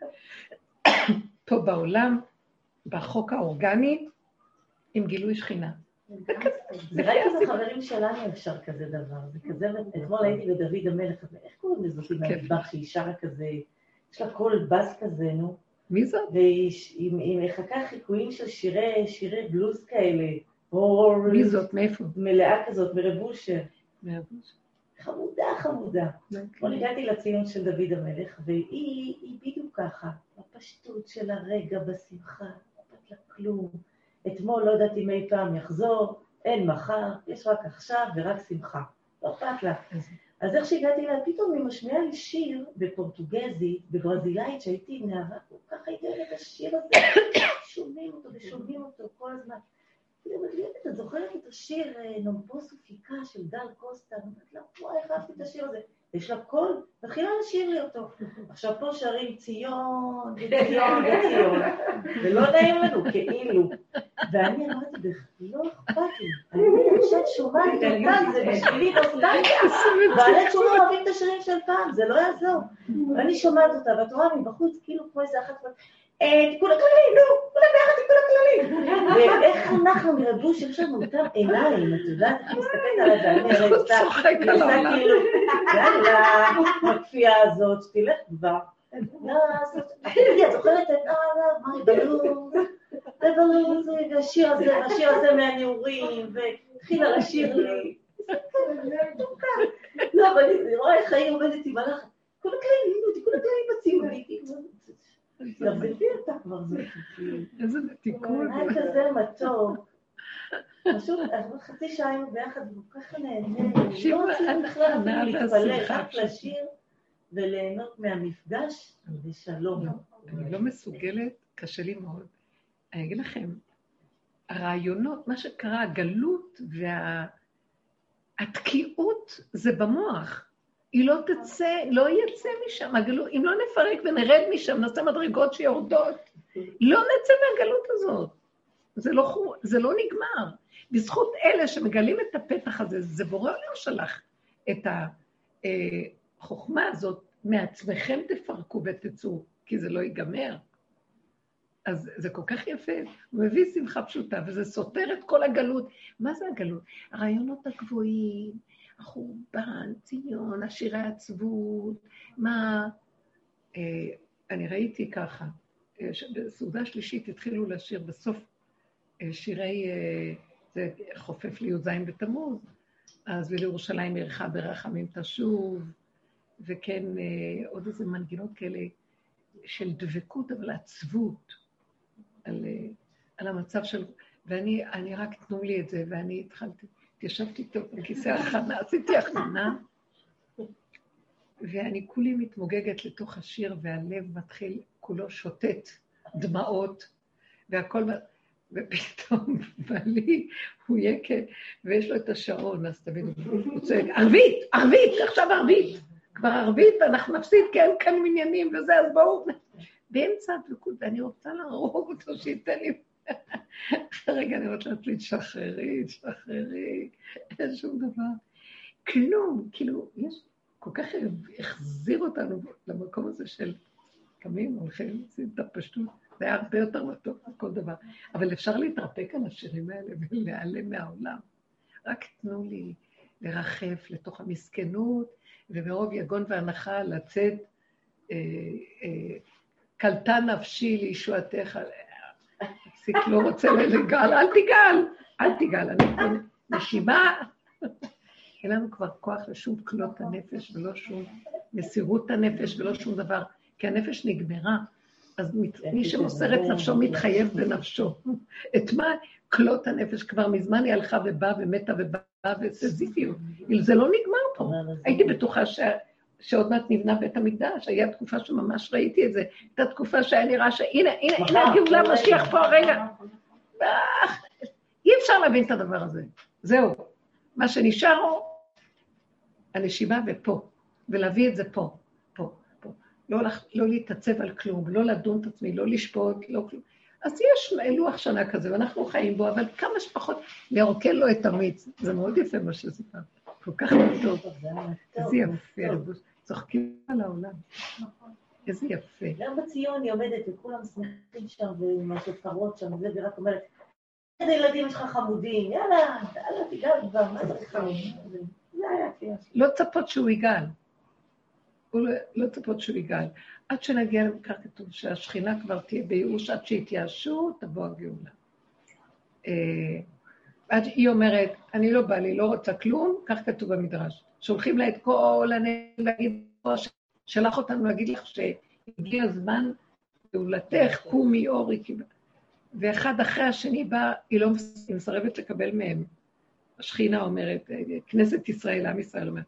Speaker 1: פה בעולם, בחוק האורגני, עם גילוי שכינה.
Speaker 4: זה רק עם החברים שלנו אפשר כזה דבר, זה כזה, אתמול הייתי בדוד המלך, איך קוראים לזאת עם המטבח שהיא שרה כזה, יש לה קול בס כזה, נו.
Speaker 1: מי זאת?
Speaker 4: והיא מחכה חיקויים של שירי בלוז כאלה,
Speaker 1: מי זאת, מאיפה?
Speaker 4: מלאה כזאת, מרבושר.
Speaker 1: מרבושר.
Speaker 4: חמודה, חמודה. אתמול הגעתי לציון של דוד המלך, והיא היא בדיוק ככה, בפשטות של הרגע, בשמחה, לא אכפת לה כלום. אתמול לא ידעתי מי פעם יחזור, אין מחר, יש רק עכשיו ורק שמחה. לא אכפת לה. אז איך שהגעתי לה, פתאום היא משמיעה לי שיר בפורטוגזית, בברזילאית, שהייתי נערה, כל כך הייתי את השיר הזה, שומעים אותו ושומעים אותו כל הזמן. את זוכרת את השיר נומפוסו פיקה של דל קוסטה, אמרת לה, וואי, איך אהבתי את השיר הזה. יש לה קול, מתחילה לשיר לי אותו. עכשיו פה שרים ציון וציון וציון, ולא נעים לנו, כאילו. ואני אמרתי, לא אכפת לי, אני עכשיו שומעת אותם, זה בשבילי נוסטלגיה, ואני שומע אוהבים את השירים של פעם, זה לא יעזור. ואני שומעת אותה, ואת רואה מבחוץ, כאילו כמו איזה אחת, תיקון הכללי, נו, כולם ביחד תיקון הכללי. ואיך אנחנו מרבו שיש לנו אותם עיניים, את יודעת, איך מסתכלת על זה, אני הרי עושה כאילו, יאללה, הכפייה הזאת, שתלך כבר. תגידי, את זוכרת את מרי בלוז, בלוז, והשיר הזה, והשיר הזה מהנעורים, והתחילה לשיר לי. לא, אבל אני רואה איך העיר עומדת עם הלחץ. תיקון הכללי, תיקון הכללי בציוני. תרזבי אותה כבר זאת.
Speaker 1: איזה תיקון.
Speaker 4: היה כזה מתוק. פשוט, חצי שעה היינו ביחד, כל כך נהנה. לא רוצים בכלל אפילו להתפלל, רק לשיר וליהנות מהמפגש ושלום.
Speaker 1: אני לא מסוגלת, קשה לי מאוד. אני אגיד לכם, הרעיונות, מה שקרה, הגלות והתקיעות זה במוח. היא לא תצא, לא יצא משם, הגלות, אם לא נפרק ונרד משם, נעשה מדרגות שיורדות, לא נצא מהגלות הזאת. זה לא, זה לא נגמר. בזכות אלה שמגלים את הפתח הזה, זה בורא עולם שלח את החוכמה הזאת, מעצמכם תפרקו ותצאו, כי זה לא ייגמר. אז זה כל כך יפה, הוא מביא שמחה פשוטה, וזה סותר את כל הגלות. מה זה הגלות? הרעיונות הגבוהים, החורבן, ציון, השירי העצבות, מה... אה, אני ראיתי ככה, אה, בסעודה שלישית התחילו לשיר בסוף אה, שירי, אה, זה חופף לי י"ז בתמוז, אז ולירושלים עירך ברחמים תשוב, וכן אה, עוד איזה מנגינות כאלה של דבקות, אבל עצבות, על, אה, על המצב של... ואני אני רק תנו לי את זה, ואני התחלתי... ישבתי טוב בכיסא הכנה, עשיתי הכנה, ואני כולי מתמוגגת לתוך השיר, והלב מתחיל כולו שוטט דמעות, והכל, ופתאום בלי, הוא יקה, ויש לו את השעון, אז תבינו, הוא צועק, ערבית, ערבית, עכשיו ערבית, כבר ערבית, אנחנו נפסיד, כי אין כאן מניינים וזה, אז בואו, באמצע הדבקות, ואני רוצה להרוג אותו, שייתן לי, רגע, אני רוצה להפליט, שחררי, שחררי, אין שום דבר. כלום, כאילו, יש כל כך החזיר אותנו למקום הזה של קמים, הולכים, עושים את הפשטות, זה היה הרבה יותר מתוק כל דבר. אבל אפשר להתרפק על השירים האלה ולהיעלם מהעולם. רק תנו לי לרחף לתוך המסכנות, ומרוב יגון והנחה לצאת, אה, אה, קלטה נפשי לישועתך, פסיק לא רוצה לגל, אל תיגל, אל תיגל, אני נשימה. אין לנו כבר כוח לשום כלות הנפש ולא שום מסירות הנפש ולא שום דבר, כי הנפש נגמרה, אז מי שמוסר את נפשו מתחייב בנפשו. את מה כלות הנפש כבר מזמן היא הלכה ובאה ומתה ובאה וסזיפיות, זה לא נגמר פה. הייתי בטוחה ש... שעוד מעט נבנה בית המקדש, היה תקופה שממש ראיתי את זה, הייתה תקופה שהיה נראה שהנה, הנה, הנה הגאולה משיח פה, רגע. אי אפשר להבין את הדבר הזה. זהו. מה שנשאר הוא הנשימה ופה, ולהביא את זה פה, פה, פה. לא, לא להתעצב על כלום, לא לדון את עצמי, לא לשפוט, לא כלום. אז יש לוח שנה כזה, ואנחנו חיים בו, אבל כמה שפחות להרוקל לו את המיץ. זה מאוד יפה מה שסיפרת. כל כך טוב. איזה יפה, צוחקים על העולם. איזה יפה.
Speaker 4: גם בציון היא עומדת, וכולם שמחים שם, ועם השופרות שם, ורק אומרת, איזה ילדים יש לך חמודים, יאללה, יאללה, תיגל כבר, מה זה חמודים? זה היה כיף.
Speaker 1: לא צפות שהוא יגאל. לא צפות שהוא יגאל. עד שנגיע, כך כתוב, שהשכינה כבר תהיה בייאוש, עד שהתייאשו, תבוא הגאולה. היא אומרת, אני לא בא לי, לא רוצה כלום, כך כתוב במדרש. שולחים לה את כל הנהל להגיד, שלח אותנו להגיד לך שהגיע הזמן פעולתך, קומי אורי, ואחד אחרי השני בא, היא לא מסרבת לקבל מהם. השכינה אומרת, כנסת ישראל, עם ישראל אומרת,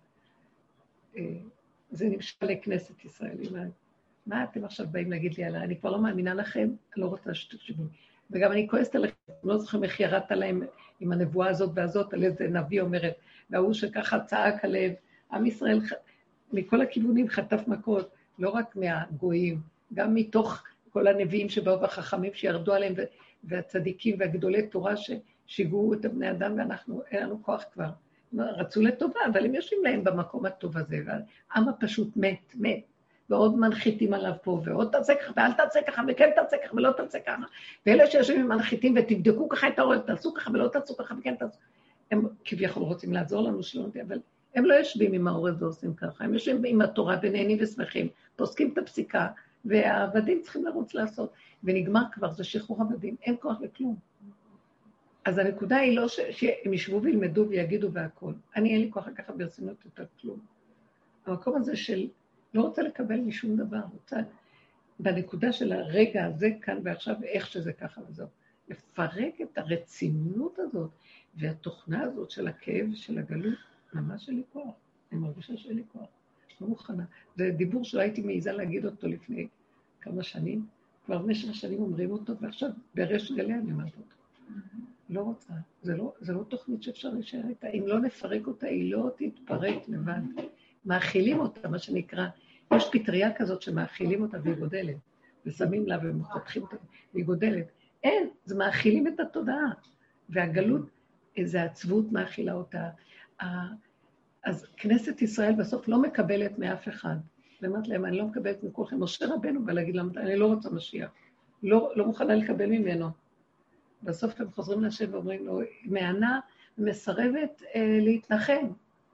Speaker 1: זה נמשל לכנסת ישראל, היא אומרת, מה אתם עכשיו באים להגיד לי עליי? אני כבר לא מאמינה לכם, אני לא רוצה שתקשיבו. וגם אני כועסת עליכם, לא זוכרים איך ירדת עליהם עם הנבואה הזאת והזאת, על איזה נביא אומרת, והוא שככה צעק עליהם, עם ישראל מכל הכיוונים חטף מכות, לא רק מהגויים, גם מתוך כל הנביאים שבאו והחכמים שירדו עליהם, והצדיקים והגדולי תורה ששיגעו את הבני אדם, ואנחנו, אין לנו כוח כבר. רצו לטובה, אבל הם יושבים להם במקום הטוב הזה, והעם הפשוט מת, מת. ועוד מנחיתים עליו פה, ועוד תעשה ככה, ואל תעשה ככה, וכן תעשה ככה, ולא תעשה ככה. ואלה שיושבים עם מנחיתים, ותבדקו ככה את האורל, תעשו ככה, ולא תעשו ככה, וכן תעשו. הם כביכול רוצים לעזור לנו שלא נדע, אבל הם לא יושבים עם האורל ועושים ככה, הם יושבים עם התורה, ונהנים ושמחים, פוסקים את הפסיקה, והעבדים צריכים לרוץ לעשות. ונגמר כבר, זה שחרור עבדים, אין כוח לכלום. אז הנקודה היא לא ש... שהם ישבו וילמדו ויגידו והכל. אני אין לי כוח לקחת ברצינות יותר כלום. המקום הזה של לא רוצה לקבל משום דבר, רוצה בנקודה של הרגע הזה כאן ועכשיו, איך שזה ככה וזהו. לפרק את הרצינות הזאת, והתוכנה הזאת של הכאב של הגלות, ממש אין לי כוח. אני מרגישה שאין לי כוח. לא מוכנה. זה דיבור שלא הייתי מעיזה להגיד אותו לפני כמה שנים. כבר במשך השנים אומרים אותו, ועכשיו ברש גלי אני אומרת אותו. לא רוצה. זה לא, זה לא תוכנית שאפשר להישאר איתה. אם לא נפרק אותה, היא לא תתפרק לבד. מאכילים אותה, מה שנקרא. יש פטריה כזאת שמאכילים אותה והיא גודלת. ושמים לה ומחתכים אותה והיא גודלת. אין, זה מאכילים את התודעה. והגלות, איזו עצבות מאכילה אותה. אז כנסת ישראל בסוף לא מקבלת מאף אחד. ואמרת להם, אני לא מקבלת מכולכם. משה רבנו בא להגיד להם, אני לא רוצה משיח. לא, לא מוכנה לקבל ממנו. בסוף הם חוזרים לשם ואומרים לו, מענה מסרבת אה, להתנחם.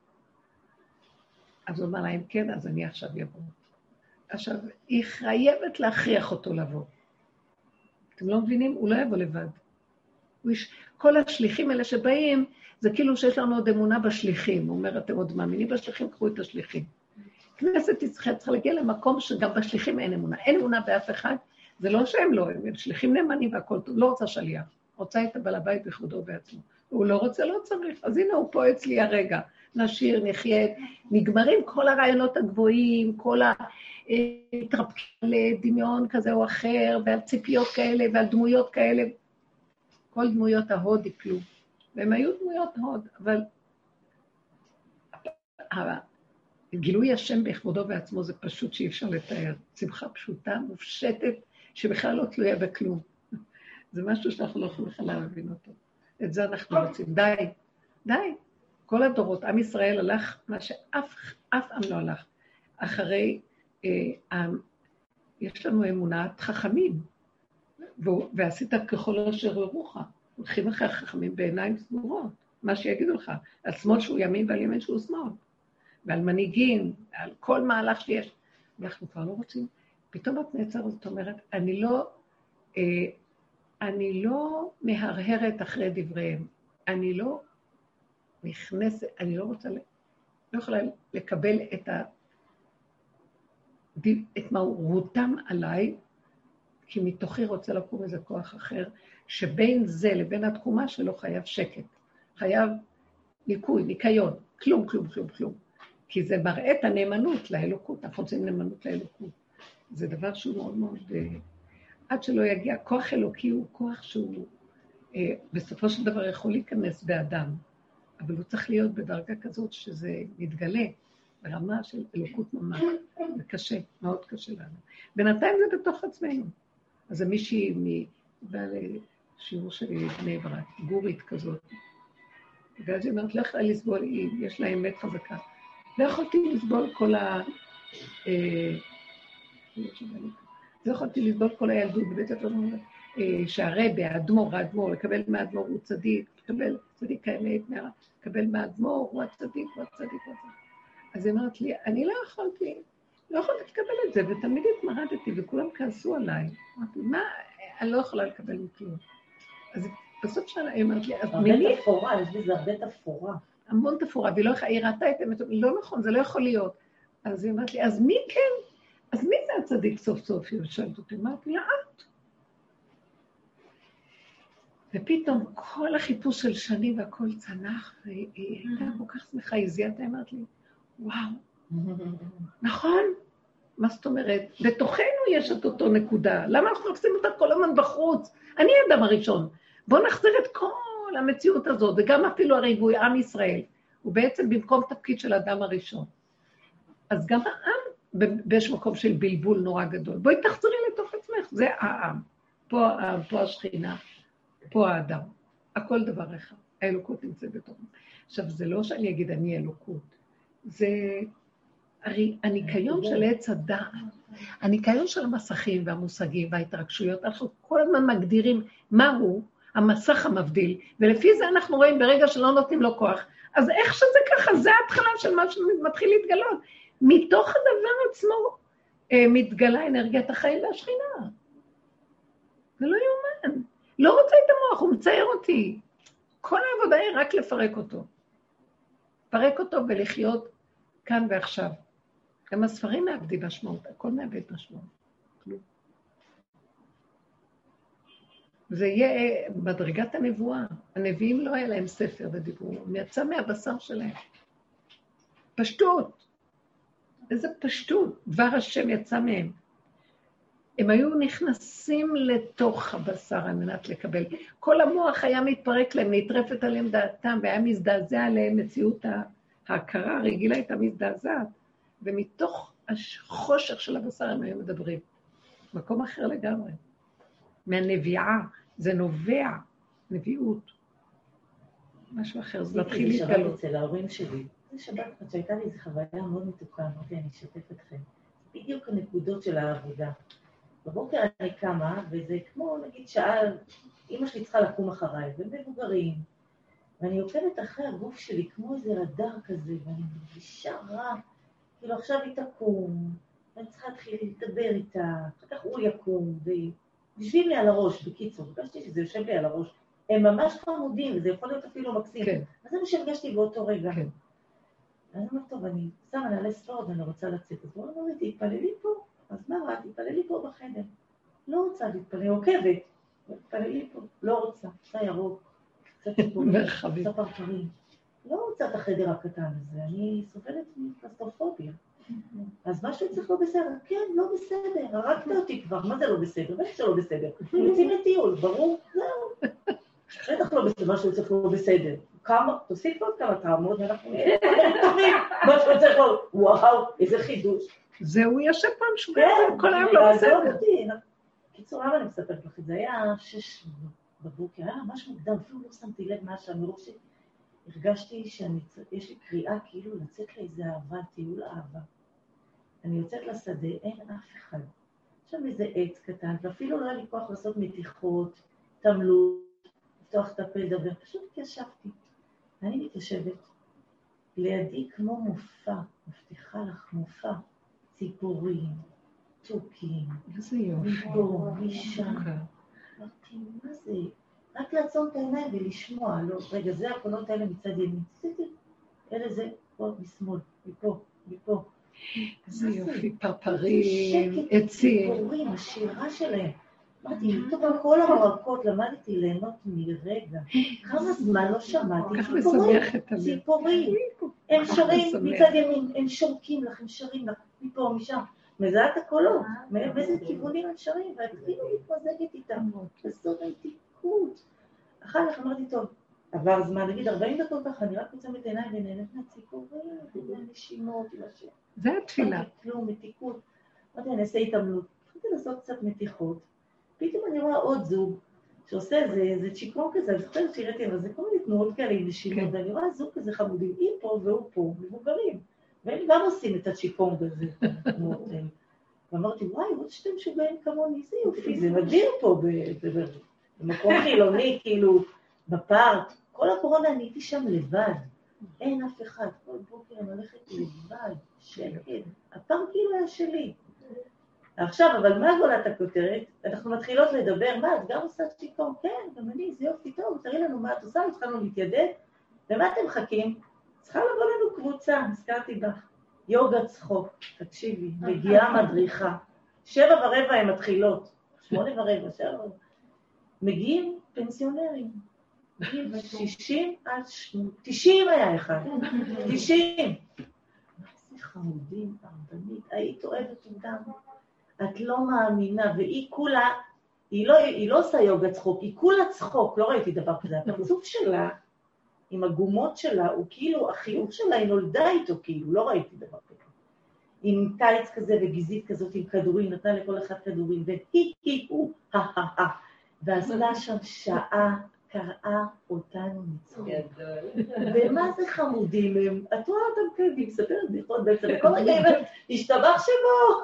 Speaker 1: אז הוא אומר להם, כן, אז אני עכשיו יבוא. עכשיו, היא חייבת להכריח אותו לבוא. אתם לא מבינים? הוא לא יבוא לבד. יש, כל השליחים האלה שבאים, זה כאילו שיש לנו עוד אמונה בשליחים. הוא אומר, אתם עוד מאמינים בשליחים, קחו את השליחים. כנסת ישראל צריכה להגיע למקום שגם בשליחים אין אמונה. אין אמונה באף אחד, זה לא שהם לא, הם שליחים נאמנים והכל טוב, לא רוצה שליח. רוצה את הבעל הבית בכבודו בעצמו. הוא לא רוצה, לא צריך. אז הנה הוא פה אצלי הרגע. נשיר, נחיה, נגמרים כל הרעיונות הגבוהים, כל ההתרפקים לדמיון כזה או אחר, ועל ציפיות כאלה ועל דמויות כאלה. כל דמויות ההוד יקלו. והם היו דמויות הוד, אבל גילוי השם בכבודו בעצמו זה פשוט שאי אפשר לתאר. שמחה פשוטה, מופשטת, שבכלל לא תלויה בכלום. זה משהו שאנחנו לא יכולים בכלל להבין אותו. את זה אנחנו רוצים. די, די. כל הדורות, עם ישראל הלך, מה שאף אף עם לא הלך. אחרי, אה, יש לנו אמונת חכמים, ועשית ככל אשר יורוך. הולכים אחרי החכמים בעיניים סגורות. מה שיגידו לך, על שמאל שהוא ימין ועל ימין שהוא שמאל. ועל מנהיגים, על כל מהלך שיש. אנחנו כבר לא רוצים. פתאום את נעצר, זאת אומרת, אני לא, אה, אני לא מהרהרת אחרי דבריהם. אני לא נכנסת, אני לא רוצה, לא יכולה לקבל את ה... את מהורותם עליי, כי מתוכי רוצה לקום איזה כוח אחר, שבין זה לבין התקומה שלו חייב שקט. חייב ניקוי, ניקיון, כלום, כלום, כלום, כלום. כי זה מראה את הנאמנות לאלוקות, אנחנו רוצים נאמנות לאלוקות. זה דבר שהוא מאוד מאוד... עד שלא יגיע, כוח אלוקי הוא כוח שהוא בסופו של דבר יכול להיכנס באדם, אבל הוא צריך להיות בדרגה כזאת שזה מתגלה ברמה של אלוקות ממש. זה קשה, מאוד קשה לנו. בינתיים זה בתוך עצמנו. אז זה מישהי מבעל שיעור של בני ברק, גורית כזאת. ואז היא אומרת, לא יכולה לסבול, יש לה אמת חזקה. לא יכולתי לסבול כל ה... לא יכולתי לסבול כל הילדות בבית הספר, שהרבי, האדמו"ר, האדמו"ר, לקבל מהאדמו"ר הוא צדיק, לקבל צדיק האמת, לקבל מהאדמו"ר הוא הצדיק, הוא הצדיק, הוא הצדיק. אז היא אומרת לי, אני לא יכולתי, לא יכולתי לקבל את זה, ותמיד התמרדתי, וכולם כעסו עליי. אמרתי, מה, אני לא יכולה לקבל מכלום. אז בסוף שלה, היא אומרת לי, אז
Speaker 4: הרבה תפורה, יש בזה הרבה תפורה.
Speaker 1: המון תפורה, והיא לא היא ראתה את האמת, לא נכון, זה לא יכול להיות. אז היא אמרת לי, אז מי כן? אז מי זה הצדיק סוף סוף? היא שאלת אותי, אמרתי לה, את. ופתאום כל החיפוש של שני והכל צנח, והיא הייתה כל כך שמחה, היא זיהתה, אמרת לי, וואו, נכון? מה זאת אומרת? בתוכנו יש את אותו נקודה. למה אנחנו מחפשים אותה כל הזמן בחוץ? אני האדם הראשון. בואו נחזיר את כל המציאות הזאת, וגם אפילו הריבוי עם ישראל. הוא בעצם במקום תפקיד של האדם הראשון. אז גם העם, באיש מקום של בלבול נורא גדול. בואי תחזרי לתוך עצמך, זה העם. פה העם, פה השכינה, פה האדם. הכל דבר אחד. האלוקות נמצא בתוכנו. עכשיו, זה לא שאני אגיד אני אלוקות. זה... הרי הניקיון של עץ הדעת, הניקיון של המסכים והמושגים וההתרגשויות, אנחנו כל הזמן מגדירים מהו המסך המבדיל, ולפי זה אנחנו רואים ברגע שלא נותנים לו כוח, אז איך שזה ככה, זה ההתחלה של מה שמתחיל להתגלות. מתוך הדבר עצמו אה, מתגלה אנרגיית החיים והשכינה. זה לא יאומן. לא רוצה את המוח, הוא מצייר אותי. כל העבודה היא רק לפרק אותו. לפרק אותו ולחיות כאן ועכשיו. גם הספרים מאבדים משמעות, הכל מאבד משמעות. זה יהיה מדרגת הנבואה. הנביאים לא היה להם ספר ודיברו, הם יצא מהבשר שלהם. פשטות. איזה פשטות. דבר השם יצא מהם. הם היו נכנסים לתוך הבשר על מנת לקבל. כל המוח היה מתפרק להם, נטרפת עליהם דעתם, והיה מזדעזע עליהם מציאות ההכרה, הרגילה הייתה מזדעזעת. ומתוך החושך של הבשר הם היו מדברים. מקום אחר לגמרי. מהנביעה, זה נובע, נביאות. משהו אחר, זה מתחיל להתגלות.
Speaker 4: זה שבת אצל ההורים שלי. זה שבת, שהייתה לי איזו חוויה מאוד מתוקה, אמרתי, אני אשתף אתכם. בדיוק הנקודות של העבודה. בבוקר אני קמה, וזה כמו, נגיד, שעה, אמא שלי צריכה לקום אחריי, ומבוגרים. ואני עוקבת אחרי הגוף שלי, כמו איזה רדאר כזה, ואני מרגישה רע. כאילו עכשיו היא תקום, ואני צריכה להתחיל לדבר איתה, אחר כך הוא יקום, ויושבים לי על הראש, בקיצור, הרגשתי שזה יושב לי על הראש. הם ממש חמודים, וזה יכול להיות אפילו מקסים.
Speaker 1: כן.
Speaker 4: אז זה מה שהרגשתי באותו רגע.
Speaker 1: כן.
Speaker 4: אני אומרת, טוב, אני שמה נעלי ספורט, ואני רוצה לצאת. אז הוא אומר לי, תתפללי פה. אז מה רע? תתפללי פה בחדר. לא רוצה להתפלל, עוקבת. תתפללי פה. לא רוצה. קצת ירוק, קצת ציפורים, קצת פרפרים. לא רוצה את החדר הקטן הזה, אני סובלת מקלסטרופוביה. אז משהו צריך לא בסדר. כן, לא בסדר, הרגת אותי כבר, מה זה לא בסדר? בטח שלא בסדר. יוצאים לטיול, ברור, זהו. בטח לא בסדר, משהו צריך לא בסדר. כמה, תוסיף עוד כמה טעמות, ואנחנו נהיה טובים. משהו צריך לא, וואו, איזה חידוש.
Speaker 1: זהו, יושב פעם שוגע, כל היום לא בסדר.
Speaker 4: קיצור, למה אני מספרת לך? זה היה שש בבוקר, היה ממש מוקדם, אפילו לא שמתי לב מה שם, מרוב ש... הרגשתי שיש לי קריאה כאילו לצאת לאיזה אהבה, טיול אהבה. אני יוצאת לשדה, אין אף אחד. עכשיו איזה עץ קטן, ואפילו לא היה לי כוח לעשות מתיחות, תמלות, לפתוח את הפה, לדבר. פשוט התיישבתי. אני מתיישבת. לידי כמו מופע, מבטיחה לך מופע, ציפורים, תוקים,
Speaker 1: איזה יופי.
Speaker 4: מפה, משם. אמרתי, מה זה? רק לעצום את העיניים ולשמוע, לא, רגע, זה הקולות האלה מצד ימין, אלה זה, פה, משמאל, מפה, מפה.
Speaker 1: איזה יופי, פרפרים, עצים.
Speaker 4: ציפורים, השירה שלהם. אמרתי, פתאום כל המועקות, למדתי ליהנות מרגע. כמה זמן לא שמעתי,
Speaker 1: כך משמח את הלב.
Speaker 4: ציפורים. הם שרים מצד ימין, הם שורקים לך, הם שרים לך, מפה, משם. מזהה את הקולות, באיזה כיוונים הם שרים, והתחילו להתמזגת איתם. בסוד העתיקות. אחר כך אמרתי, טוב, עבר זמן, נגיד ארבעים דקות ככה, אני רק רוצה את העיניים ונהנית מהציפורים, ונשימות, עם השם.
Speaker 1: זה התפילה.
Speaker 4: כלום, מתיקות. אמרתי, אני אעשה התעמלות. התחלתי לעשות קצת מתיחות. פתאום אני רואה עוד זוג, שעושה איזה צ'יקון כזה, אני זוכרת שיראתי, אבל זה כל מיני תנועות כאלה עם נשימות, ואני רואה זוג כזה חמודים, היא פה והוא פה, מבוגרים. והם גם עושים את הצ'יקון כזה, תנועות האלה. ואמרתי, וואי, עוד שאתם משוגעים כמוני, זה יופי, זה מדהים פה במקום חילוני, כאילו, בפארק. כל הקורונה אני הייתי שם לבד. אין אף אחד, כל בוקר אני הולכת לבד, שקט. הפארק כאילו היה שלי. עכשיו, אבל מה גולת הכותרת? אנחנו מתחילות לדבר, מה, את גם עושה צ'יקון? כן, גם אני, זה יופי טוב, תראי לנו מה את עושה, התחלנו להתיידד. ומה אתם מחכים? צריכה לבוא לנו קבוצה, הזכרתי בך, יוגה צחוק, תקשיבי, מגיעה מדריכה, שבע ורבע הן מתחילות, שמונה ורבע, שבע ורבע, מגיעים פנסיונרים, מגיעים שישים עד תשעים היה אחד, תשעים. איזה חמודים, הרבנית, היית אוהבת אותם, את לא מאמינה, והיא כולה, היא לא, היא לא עושה יוגה צחוק, היא כולה צחוק, לא ראיתי דבר כזה, הפרצוף שלה, עם הגומות שלה, הוא כאילו, החיוך שלה, היא נולדה איתו, כאילו, לא ראיתי דבר כזה. עם טייץ כזה וגיזית כזאת עם כדורים, נתנה לכל אחד כדורים, והיא, היא, הוא, הא-הא-הא. ועשתה שם שעה, קראה אותנו מצחוק. ומה זה חמודים הם? את רואה אותם כאלה, היא מספרת בדיחות בעצם, וכל רגע היא אומרת, השתבח שבו,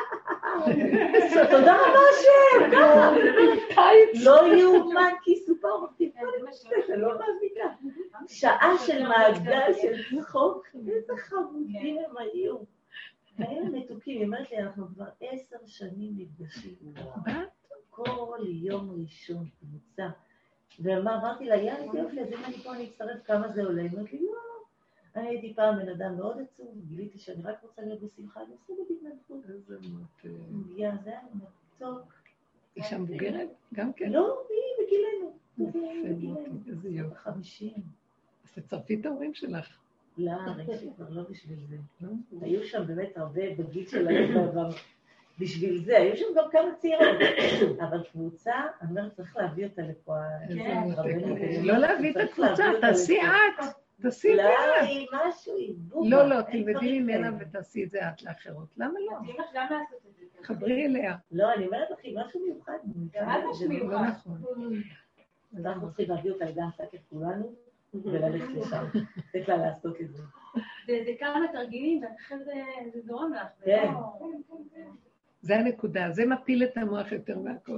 Speaker 4: תודה רבה השם, ככה, לא יאומן כי סופר, זה לא מאמינה. שעה של מעגל של צחוק, איזה חמודים הם היו. כאלה מתוקים, היא אומרת לי, אנחנו כבר עשר שנים נפגשים. כל יום ראשון קבוצה. ואמרתי לה, יאללה, יופי, אז אם אני פה אני אצטרף כמה זה עולה. היא אומרת לי, לא, אני הייתי פעם בן אדם מאוד עצוב, גיליתי שאני רק רוצה להיות בשמחה, אני עושה בהתנדבות.
Speaker 1: איזה מות...
Speaker 4: יא, זה היה מתוק.
Speaker 1: אישה מבוגרת? גם כן?
Speaker 4: לא, היא בגילנו.
Speaker 1: איזה יופי.
Speaker 4: חמישים.
Speaker 1: אז תצרפי את ההורים שלך.
Speaker 4: לא, רגשי כבר לא בשביל זה. היו שם באמת הרבה בגיל שלהם, בשביל זה, היו שם גם כמה צעירות, אבל קבוצה, אני אומרת, צריך להביא אותה לפה.
Speaker 1: לא להביא את הקבוצה, תעשי את, תעשי את זה.
Speaker 4: לא, היא משהו, היא בובה.
Speaker 1: לא, לא, תלמדי ממנה ותעשי את זה את לאחרות. למה לא?
Speaker 3: אז אמא גם לעשות את זה.
Speaker 1: חברי אליה.
Speaker 4: לא, אני אומרת לך, היא משהו מיוחד.
Speaker 3: גם משהו מיוחד.
Speaker 1: לא נכון.
Speaker 4: אז אנחנו צריכים להביא אותה לידם סקר כולנו, וללכת לשם, לתת לה לעשות את זה.
Speaker 3: זה כמה תרגילים, ואחרי זה זורם לך.
Speaker 4: כן.
Speaker 1: זה הנקודה, זה מפיל את המוח יותר מהכל.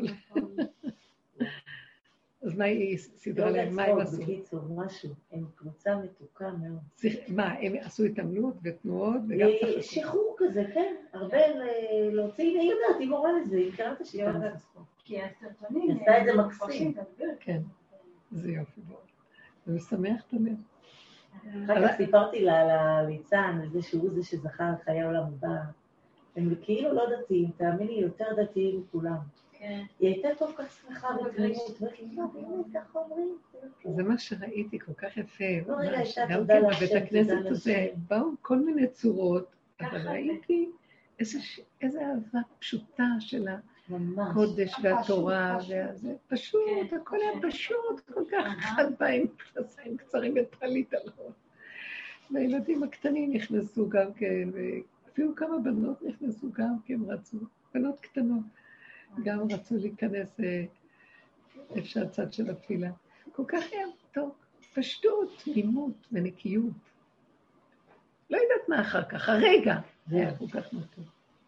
Speaker 1: אז מה היא סדרה להם? מה הם עשו?
Speaker 4: בקיצור, משהו, הם קבוצה מתוקה מאוד.
Speaker 1: מה, הם עשו התעמלות ותנועות וגם צחקו?
Speaker 4: שחרור כזה, כן. הרבה להוציא, היא יודעת, היא מורה לזה, היא קראת השיטה הזאת.
Speaker 3: כי הסרטונים...
Speaker 4: היא עשתה את זה מקסים.
Speaker 1: כן, זה יופי בו. זה משמח את הלב.
Speaker 4: אחר כך סיפרתי לליצן, על זה שהוא זה שזכה על חיי העולם הבא. הם כאילו לא דתיים, תאמיני, יותר דתיים מכולם. היא הייתה כל כך שמחה ותמימות, ואני לא, באמת, ככה אומרים.
Speaker 1: זה מה שראיתי, כל כך יפה.
Speaker 4: לא, רגע, הייתה
Speaker 1: גם
Speaker 4: תודה
Speaker 1: כן
Speaker 4: להשם,
Speaker 1: בבית הכנסת
Speaker 4: תודה
Speaker 1: הזה,
Speaker 4: להשם.
Speaker 1: באו כל מיני צורות, אבל ראיתי איזה אהבה פשוטה של הקודש והתורה, וזה פשוט, הכל היה פשוט, כל כך אחד בא עם פלסיים קצרים וטלית על הראש. והילדים הקטנים נכנסו גם כן, ואפילו כמה בנות נכנסו גם כן, רצו, בנות קטנות. גם רצו להיכנס איפה שהצד של התפילה. כל כך היה טוב, פשטות, תמימות ונקיות. לא יודעת מה אחר כך, הרגע היה כל כך מתוק.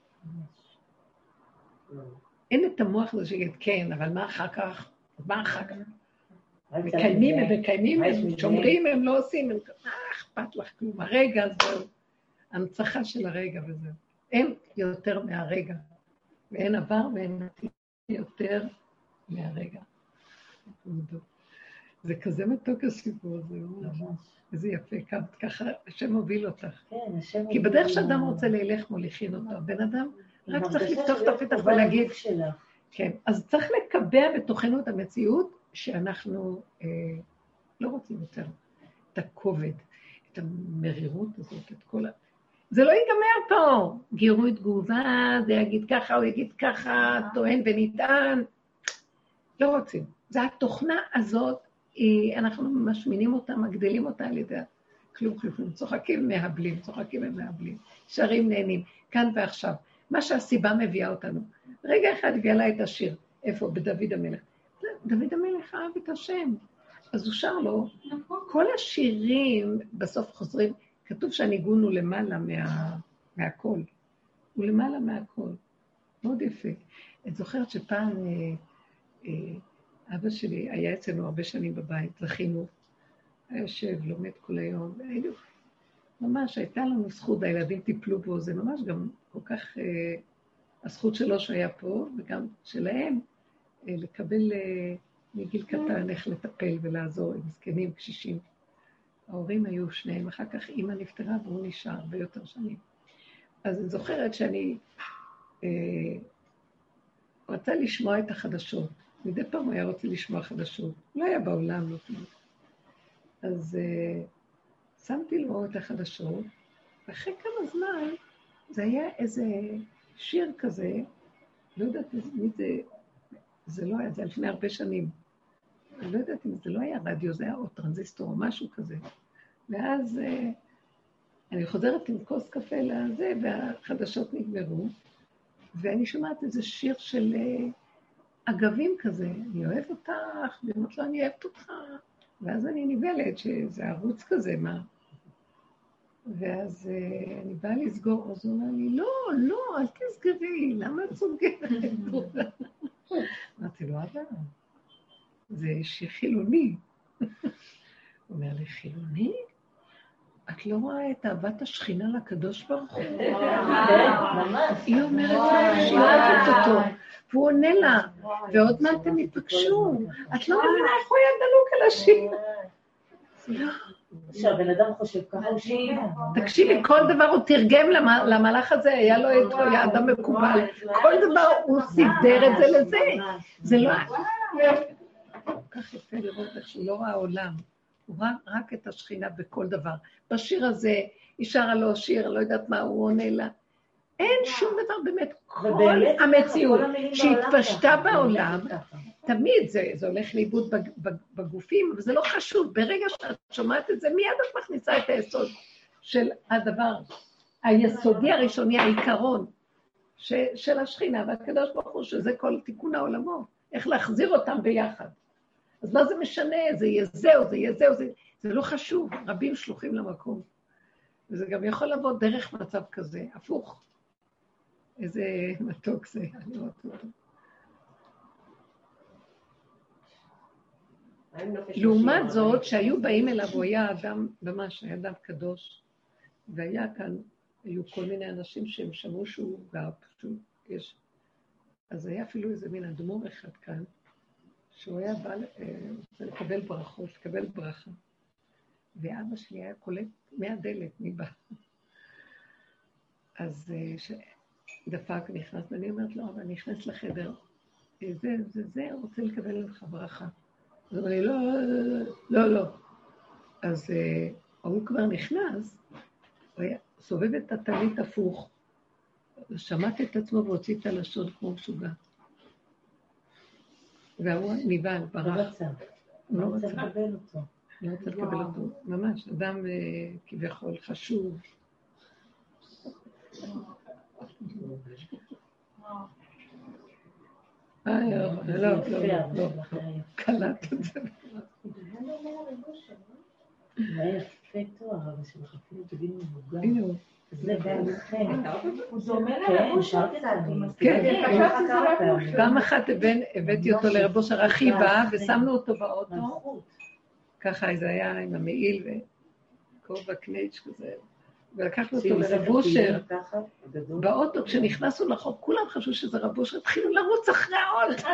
Speaker 1: אין את המוח הזה שיגיד, כן, אבל מה אחר כך? מה אחר כך? מקיימים, הם מקיימים, הם שומרים, הם לא עושים, מה אכפת לך כלום? הרגע זהו, הנצחה של הרגע וזהו. אין יותר מהרגע. ואין עבר ואין עתיד יותר מהרגע. זה כזה מתוק הסיפור הזה. איזה יפה, ככה השם מוביל אותך. כי בדרך שאדם רוצה להילך מוליכין אותו, בן אדם רק צריך לפתוח את הפתח ולהגיד, כן, אז צריך לקבע בתוכנו את המציאות שאנחנו לא רוצים יותר את הכובד, את המרירות הזאת, את כל ה... זה לא ייגמר פה, גירוי תגובה, זה יגיד ככה, הוא יגיד ככה, טוען ונטען. לא רוצים. זה התוכנה הזאת, אנחנו משמינים אותה, מגדלים אותה על ידי כלום כלום, צוחקים מהבלים, צוחקים ומהבלים, שרים נהנים, כאן ועכשיו. מה שהסיבה מביאה אותנו. רגע אחד הביאה לה את השיר, איפה? בדוד המלך. דוד המלך אהב את השם. אז הוא שר לו, כל השירים בסוף חוזרים, כתוב שהניגון הוא למעלה מה, מהכל. הוא למעלה מהכל. מאוד יפה. את זוכרת שפעם אה, אה, אבא שלי היה אצלנו הרבה שנים בבית, זכינו. היה יושב, לומד כל היום. והיינו, ממש הייתה לנו זכות, הילדים טיפלו בו, זה ממש גם כל כך אה, הזכות שלו שהיה פה, וגם שלהם, אה, לקבל אה, מגיל קטן איך לטפל ולעזור עם זקנים, קשישים. ההורים היו שניהם, אחר כך אמא נפטרה והוא נשאר ביותר שנים. אז אני זוכרת שאני אה, רצה לשמוע את החדשות. מדי פעם הוא היה רוצה לשמוע חדשות. לא היה בעולם, לא כלום. אז אה, שמתי לו את החדשות, ואחרי כמה זמן זה היה איזה שיר כזה, לא יודעת מי זה, זה לא היה, זה לפני הרבה שנים. אני לא יודעת אם זה לא היה רדיו, זה היה או טרנזיסטור או משהו כזה. ואז אה, אני חוזרת עם כוס קפה לזה, והחדשות נגמרו, ואני שומעת איזה שיר של אה, אגבים כזה, אני אוהב אותך, ואני אומרת לו, אני אוהבת אותך. ואז אני נבלת שזה ערוץ כזה, מה? ואז אה, אני באה לסגור, אז הוא אומר לי, לא, לא, אל תסגרי, למה את סוגרת? אמרתי לו, אבל, זה שיר חילוני. הוא אומר לי, חילוני? את לא רואה את אהבת השכינה לקדוש ברוך הוא? היא אומרת לה, שהיא אוהבת אותו, והוא עונה לה, ועוד מעט הם יפגשו. את לא מבינה איך הוא היה דלוק על השיר.
Speaker 4: שהבן אדם חושב ככה,
Speaker 1: תקשיבי, כל דבר הוא תרגם למהלך הזה, היה לו את היה אדם מקובל, כל דבר הוא סידר את זה לזה. זה לא... כך יפה לראות איך שהוא לא ראה עולם. הוא ראה רק את השכינה בכל דבר. בשיר הזה, היא שרה לו שיר, לא יודעת מה, הוא עונה לה. אין שום דבר באמת, כל המציאות שהתפשטה בעולם, תמיד זה, זה הולך לאיבוד בגופים, אבל זה לא חשוב. ברגע שאת שומעת את זה, מיד את מכניסה את היסוד של הדבר, היסודי הראשוני, העיקרון של השכינה, והקדוש ברוך הוא, שזה כל תיקון העולמות, איך להחזיר אותם ביחד. אז מה זה משנה? זה יהיה זהו, זה יהיה זהו, זה, זה לא חשוב, רבים שלוחים למקום. וזה גם יכול לבוא דרך מצב כזה, הפוך. איזה מתוק זה, אני רואה אותו. לעומת זאת, שהיו באים אליו, הוא היה אדם, ממש, היה אדם קדוש, והיה כאן, היו כל מיני אנשים שהם שמעו שהוא גר, פשוט יש. אז היה אפילו איזה מין אדמו"ר אחד כאן, שהוא היה בא לקבל ברכות, לקבל ברכה. ואבא שלי היה קולט מהדלת, מבא. אז דפק נכנס, ואני אומרת לו, אבל נכנס לחדר, זה, זה, זה, רוצה לקבל לך ברכה. אז הוא אומר לי, לא, לא, לא. אז הוא כבר נכנס, הוא היה סובב את הטלית הפוך, שמעתי את עצמו והוציא את הלשון כמו משוגע. והוא ניבל, ברח.
Speaker 4: לא רצה.
Speaker 1: לא
Speaker 4: רוצה
Speaker 1: רצה.
Speaker 4: לקבל אותו.
Speaker 1: לא רוצה לקבל אותו. ממש, אדם כביכול חשוב. אה, לא, לא, לא, לא. קלט את זה.
Speaker 4: זה היה יפה תואר, אבל שמחפים את גיל מבוגר.
Speaker 1: הנה הוא.
Speaker 4: זה בעצכם.
Speaker 3: הוא דומה לרבוש קצת.
Speaker 1: כן, פעם אחת הבאתי אותו לרבוש הרכיבה, ושמנו אותו באוטו. ככה זה היה עם המעיל וכובע קנייץ' כזה. ולקחנו אותו לרבושר. באוטו, כשנכנסנו לחוק, כולם חשבו שזה רבושר, התחילו לרוץ אחרי האוטו.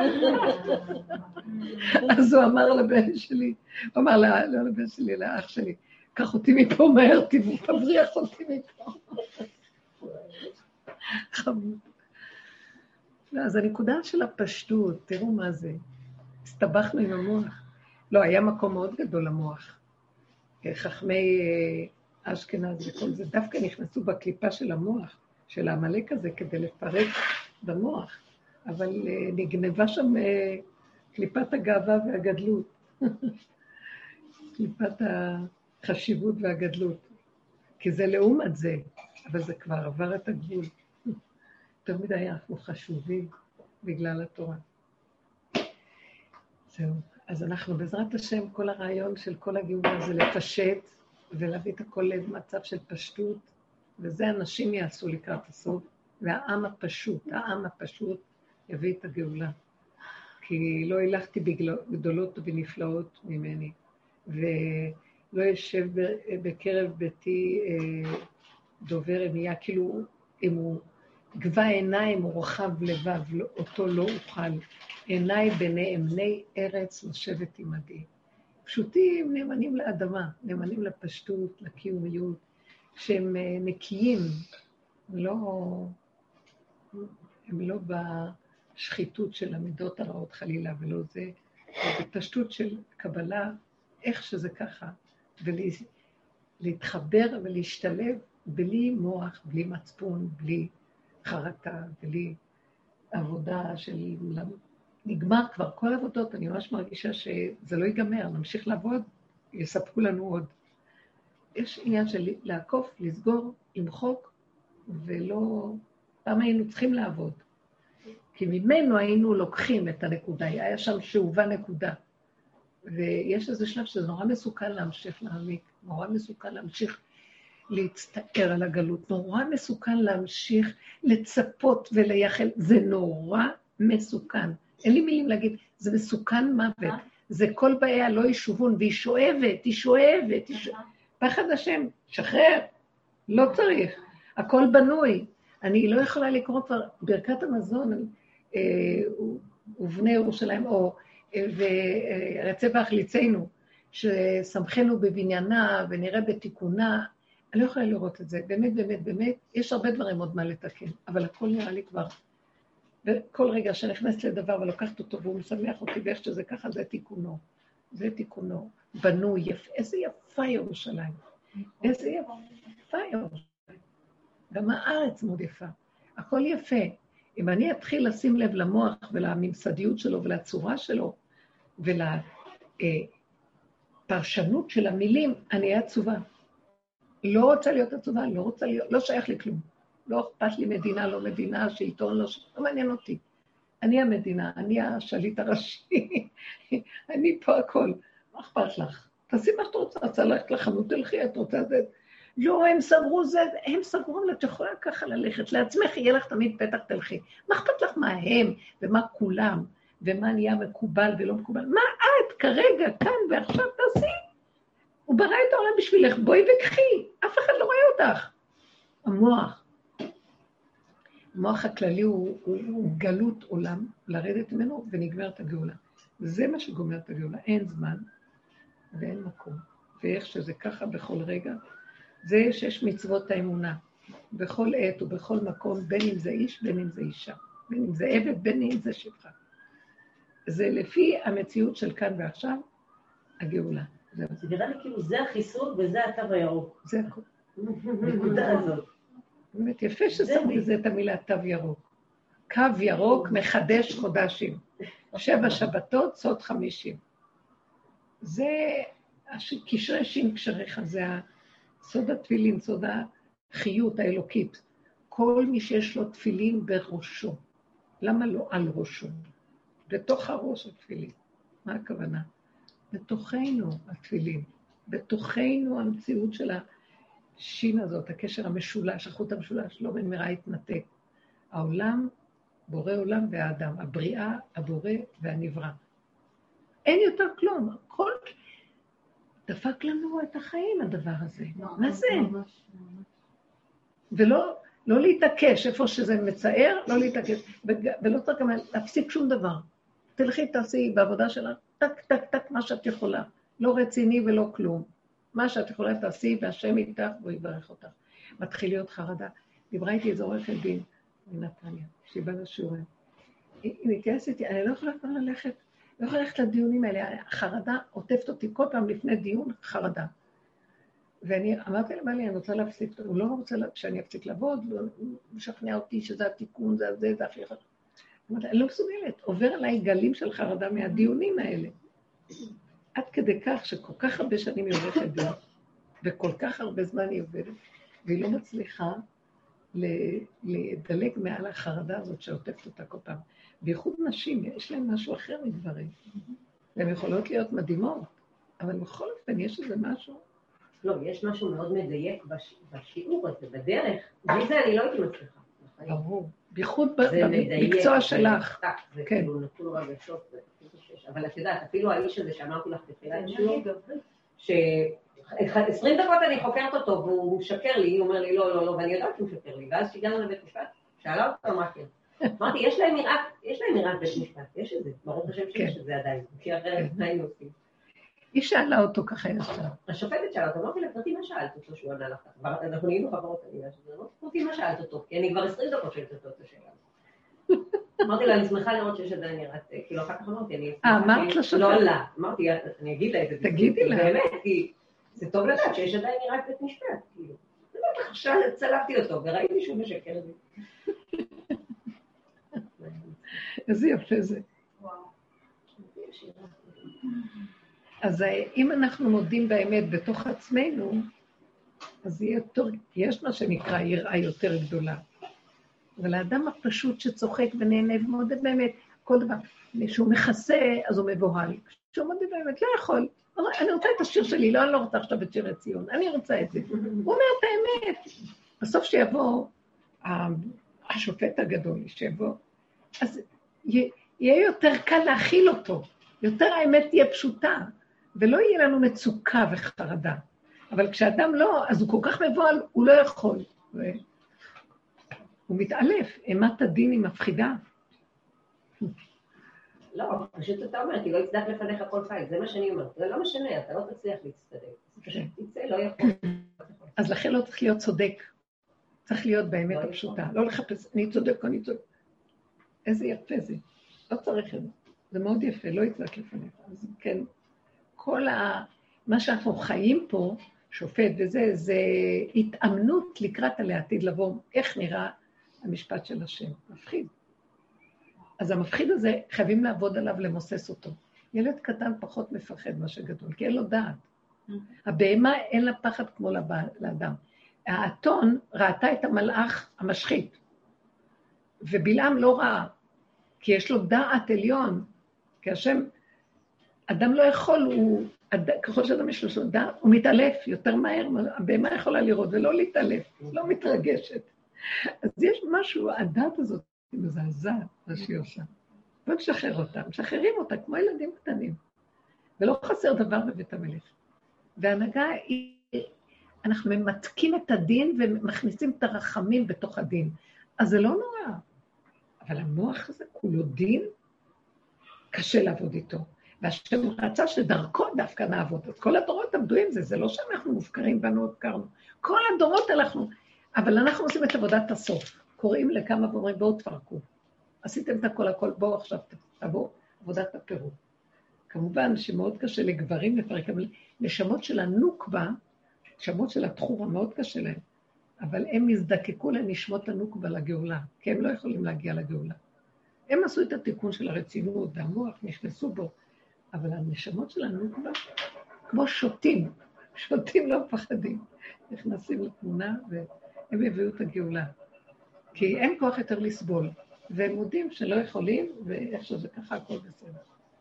Speaker 1: אז הוא אמר לבן שלי, הוא אמר לא לבן שלי, לאח שלי, קח אותי מפה מהר, תבריח אותי מפה. חמוד. אז הנקודה של הפשטות, תראו מה זה. הסתבכנו עם המוח. לא, היה מקום מאוד גדול למוח. חכמי אשכנז וכל זה, דווקא נכנסו בקליפה של המוח, של העמלק הזה, כדי לפרק במוח. אבל נגנבה שם קליפת הגאווה והגדלות. קליפת החשיבות והגדלות. כי זה לעומת זה, אבל זה כבר עבר את הגבול. יותר מדי אנחנו חשובים בגלל התורה. זהו. אז אנחנו בעזרת השם, כל הרעיון של כל הגאולה זה לפשט, ולהביא את הכל למצב של פשטות, וזה אנשים יעשו לקראת הסוף, והעם הפשוט, העם הפשוט יביא את הגאולה. כי לא הלכתי בגדולות ובנפלאות ממני, ולא יושב בקרב ביתי דובר אמייה, כאילו אם הוא גבה עיניים הוא רחב לבב, אותו לא אוכל. עיניי בני אמני ארץ לשבת עמדי. פשוטים, נאמנים לאדמה, נאמנים לפשטות, לקיומיות, שהם נקיים, לא, הם לא בשחיתות של המידות הרעות חלילה, ולא זה, בפשטות של קבלה, איך שזה ככה, ולהתחבר ולהשתלב בלי מוח, בלי מצפון, בלי חרטה, בלי עבודה של... נגמר כבר כל העבודות, אני ממש מרגישה שזה לא ייגמר, נמשיך לעבוד, יספקו לנו עוד. יש עניין של לעקוף, לסגור, למחוק, ולא... פעם היינו צריכים לעבוד. כי ממנו היינו לוקחים את הנקודה, היה שם שאובה נקודה. ויש איזה שלב שזה נורא מסוכן להמשיך להעמיק, נורא מסוכן להמשיך להצטער על הגלות, נורא מסוכן להמשיך לצפות ולייחל, זה נורא מסוכן. אין לי מילים להגיד, זה מסוכן מוות, זה כל בעיה לא ישובון, והיא שואבת, היא שואבת, היא שואבת. פחד השם, שחרר, לא צריך, הכל בנוי. אני לא יכולה לקרוא כבר ברכת המזון, ובני ירושלים, או ורצה והחליצנו, ששמחנו בבניינה ונראה בתיקונה, אני לא יכולה לראות את זה, באמת, באמת, באמת, יש הרבה דברים עוד מה לתקן, אבל הכל נראה לי כבר, וכל רגע שנכנס לדבר ולוקחת אותו והוא משמח אותי, ואיך שזה ככה, זה תיקונו, זה תיקונו, בנו, יפ, איזה יפה ירושלים, איזה יפה ירושלים, גם הארץ מאוד יפה, הכל יפה, אם אני אתחיל לשים לב למוח ולממסדיות שלו ולצורה שלו, ולפרשנות של המילים, אני אהיה עצובה. לא רוצה להיות עצובה, לא רוצה להיות, לא שייך לי כלום. לא אכפת לי מדינה, לא מדינה, שלטון, לא, לא מעניין אותי. אני המדינה, אני השליט הראשי, אני פה הכל. מה אכפת לך? תעשי מה שאת רוצה, רוצה ללכת לחנות, תלכי, את רוצה זה. לא, הם סגרו זה, הם סגרו, את יכולה ככה ללכת, לעצמך יהיה לך תמיד פתח תלכי. מה אכפת לך מה הם ומה כולם, ומה נהיה מקובל ולא מקובל? מה את כרגע, כאן ועכשיו תעשי? הוא ברא את העולם בשבילך, בואי וקחי, אף אחד לא רואה אותך. המוח, המוח הכללי הוא, הוא, הוא גלות עולם, לרדת ממנו ונגמרת הגאולה. זה מה שגומר את הגאולה, אין זמן ואין מקום. ואיך שזה ככה בכל רגע, זה שיש מצוות האמונה, בכל עת ובכל מקום, בין אם זה איש, בין אם זה אישה, בין אם זה עבד, בין אם זה שפחה. זה לפי המציאות של כאן ועכשיו, הגאולה.
Speaker 4: זה נראה לי כאילו זה החיסון וזה התו הירוק.
Speaker 1: זה הכל.
Speaker 4: נקודה הזאת.
Speaker 1: באמת יפה ששם בזה את המילה תו ירוק. קו ירוק מחדש חודשים. שבע שבתות, סוד חמישים. זה קשרי שין קשריך, זה סוד התפילין, סוד החיות האלוקית. כל מי שיש לו תפילין בראשו. למה לא על ראשו? בתוך הראש התפילין. מה הכוונה? בתוכנו התפילין. בתוכנו המציאות של השין הזאת, הקשר המשולש, החוט המשולש, לא במהרה התנתק. העולם, בורא עולם והאדם, הבריאה, הבורא והנברא. אין יותר כלום. הכל דפק לנו את החיים, הדבר הזה. מה זה? ולא לא להתעקש, איפה שזה מצער, לא להתעקש. ולא צריך גם להפסיק שום דבר. תלכי, תעשי בעבודה שלך, טק, טק, טק, מה שאת יכולה. לא רציני ולא כלום. מה שאת יכולה תעשי, והשם איתך, והוא יברך אותך. מתחיל להיות חרדה. דיברה איתי איזו עורכת דין, מנתניה, שהיא באה לשיעורים. היא מתייעצת איתי, אני לא יכולה כבר ללכת, לא יכולה ללכת לדיונים האלה. החרדה עוטפת אותי כל פעם לפני דיון, חרדה. ואני אמרתי לבעלי, אני רוצה להפסיק, הוא לא רוצה שאני אפסיק לעבוד, הוא משכנע אותי שזה התיקון, זה זה, זה הכי חשוב. אמרתי, אני לא מסוגלת, עובר עליי גלים של חרדה מהדיונים האלה. עד כדי כך שכל כך הרבה שנים היא עורכת דין, וכל כך הרבה זמן היא עובדת, והיא לא מצליחה לדלג מעל החרדה הזאת שעוטפת אותה כל פעם. בייחוד נשים, יש להם משהו אחר מדברים. והן יכולות להיות מדהימות, אבל בכל אופן יש איזה משהו.
Speaker 2: לא, יש משהו מאוד מדייק בשיעור הזה, בדרך. בלי זה אני לא הייתי מצליחה.
Speaker 1: ברור. בייחוד במקצוע שלך.
Speaker 2: זה כאילו נתון רגשות, אבל את יודעת, אפילו האיש הזה שאמרתי לך בתחילת השיעור, עשרים דקות אני חוקרת אותו והוא משקר לי, הוא אומר לי לא, לא, לא, ואני יודעת שהוא משקר לי, ואז שהגענו לבית משפט, שאלה אותו מה כן. אמרתי, יש להם מיראת, יש להם מיראת בית משפט, יש את זה, ברוך השם שיש את זה עדיין, כי אחרת היינו עושים.
Speaker 1: היא שאלה אותו ככה ישר.
Speaker 2: השופטת שאלה אותו, אמרתי לה, פרטי מה שאלת אותו שהוא ענה לך? אנחנו נהיינו חברות, אני אמרתי, פרטי מה שאלת אותו, כי אני כבר עשרים דקות שאלת אותו את השאלה. אמרתי לה, אני שמחה לראות שיש עדיין נראית, כאילו אחר כך אמרתי, אני
Speaker 1: שמחה, אמרת לשופטת?
Speaker 2: לא עלה, אמרתי, אני אגיד לה את זה.
Speaker 1: תגידי לה.
Speaker 2: באמת, כי זה טוב לדעת שיש עדיין נראית בית משפט, כאילו. עכשיו צלבתי אותו, וראיתי שהוא משקר לי.
Speaker 1: איזה יפה זה. אז אם אנחנו מודים באמת בתוך עצמנו, אז יהיה יותר, יש מה שנקרא יראה יותר גדולה. אבל האדם הפשוט שצוחק ונהנה ומודד באמת, כל דבר, כשהוא מכסה, אז הוא מבוהל. כשהוא מודד באמת, לא יכול. אני רוצה את השיר שלי, לא, אני לא רוצה עכשיו את שיר הציון, אני רוצה את זה. הוא אומר את האמת. בסוף שיבוא השופט הגדול, שיבוא, אז יהיה יותר קל להכיל אותו. יותר האמת תהיה פשוטה, ולא יהיה לנו מצוקה וחרדה. אבל כשאדם לא, אז הוא כל כך מבועל, הוא לא יכול. הוא מתעלף, אימת הדין היא מפחידה.
Speaker 2: לא, פשוט אתה אומר, כי לא יצדק לפניך כל פייל, זה מה שאני אומרת. זה לא משנה, אתה לא תצליח להצטדק. פשוט תצא, לא יכול.
Speaker 1: אז לכן לא צריך להיות צודק. צריך להיות באמת הפשוטה. לא לחפש, אני צודק, אני צודק. איזה יפה זה. לא צריך את זה. זה מאוד יפה, לא יצדק לפניך. אז כן, כל ה... מה שאנחנו חיים פה, שופט וזה, זה התאמנות לקראת על העתיד לבוא, איך נראה המשפט של השם. מפחיד. אז המפחיד הזה, חייבים לעבוד עליו, למוסס אותו. ילד קטן פחות מפחד מה שגדול, כי אין לו דעת. הבהמה אין לה פחד כמו לאדם. האתון ראתה את המלאך המשחית, ובלעם לא ראה, כי יש לו דעת עליון, כי השם, אדם לא יכול, הוא, ככל שאדם יש לו דעת, הוא מתעלף יותר מהר, הבהמה יכולה לראות ולא להתעלף, לא מתרגשת. אז יש משהו, הדעת הזאת, היא מזעזעת, מה שהיא עושה. בוא נשחרר אותה, משחררים אותה כמו ילדים קטנים. ולא חסר דבר בבית המלך. וההנהגה היא, אנחנו ממתקים את הדין ומכניסים את הרחמים בתוך הדין. אז זה לא נורא. אבל המוח הזה כולו דין, קשה לעבוד איתו. והשם רצה שדרכו דווקא נעבוד. אז כל הדורות עמדו עם זה, זה לא שאנחנו מופקרים ואנו הפקרנו. כל הדורות הלכנו, אבל אנחנו עושים את עבודת הסוף. קוראים לכמה ואומרים, בואו תפרקו. עשיתם את הכל הכל, בואו עכשיו תבואו, עבודת הפירוק. כמובן שמאוד קשה לגברים לפרק, אבל נשמות של הנוקבה, נשמות של התחום מאוד קשה להם, אבל הם הזדקקו לנשמות הנוקבה לגאולה, כי הם לא יכולים להגיע לגאולה. הם עשו את התיקון של הרצינות, והמוח נכנסו בו, אבל הנשמות של הנוקבה, כמו שוטים, שוטים לא פחדים, נכנסים לתמונה והם הביאו את הגאולה. כי אין כוח יותר לסבול, והם מודים שלא יכולים, ואיך שזה ככה, הכל בסדר.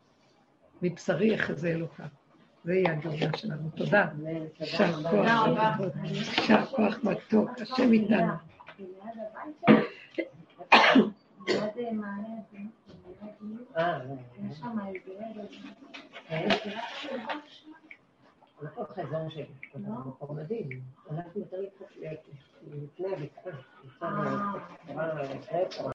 Speaker 1: מבשרי יחזה אלוקה. זה יהיה הגאולה שלנו. תודה. יישר כוח. יישר כוח מתוק. השם איתנו.
Speaker 2: אנחנו חזון שלי, אנחנו מדהים, אנחנו יותר לפני הבקעה, לפני הבקעה,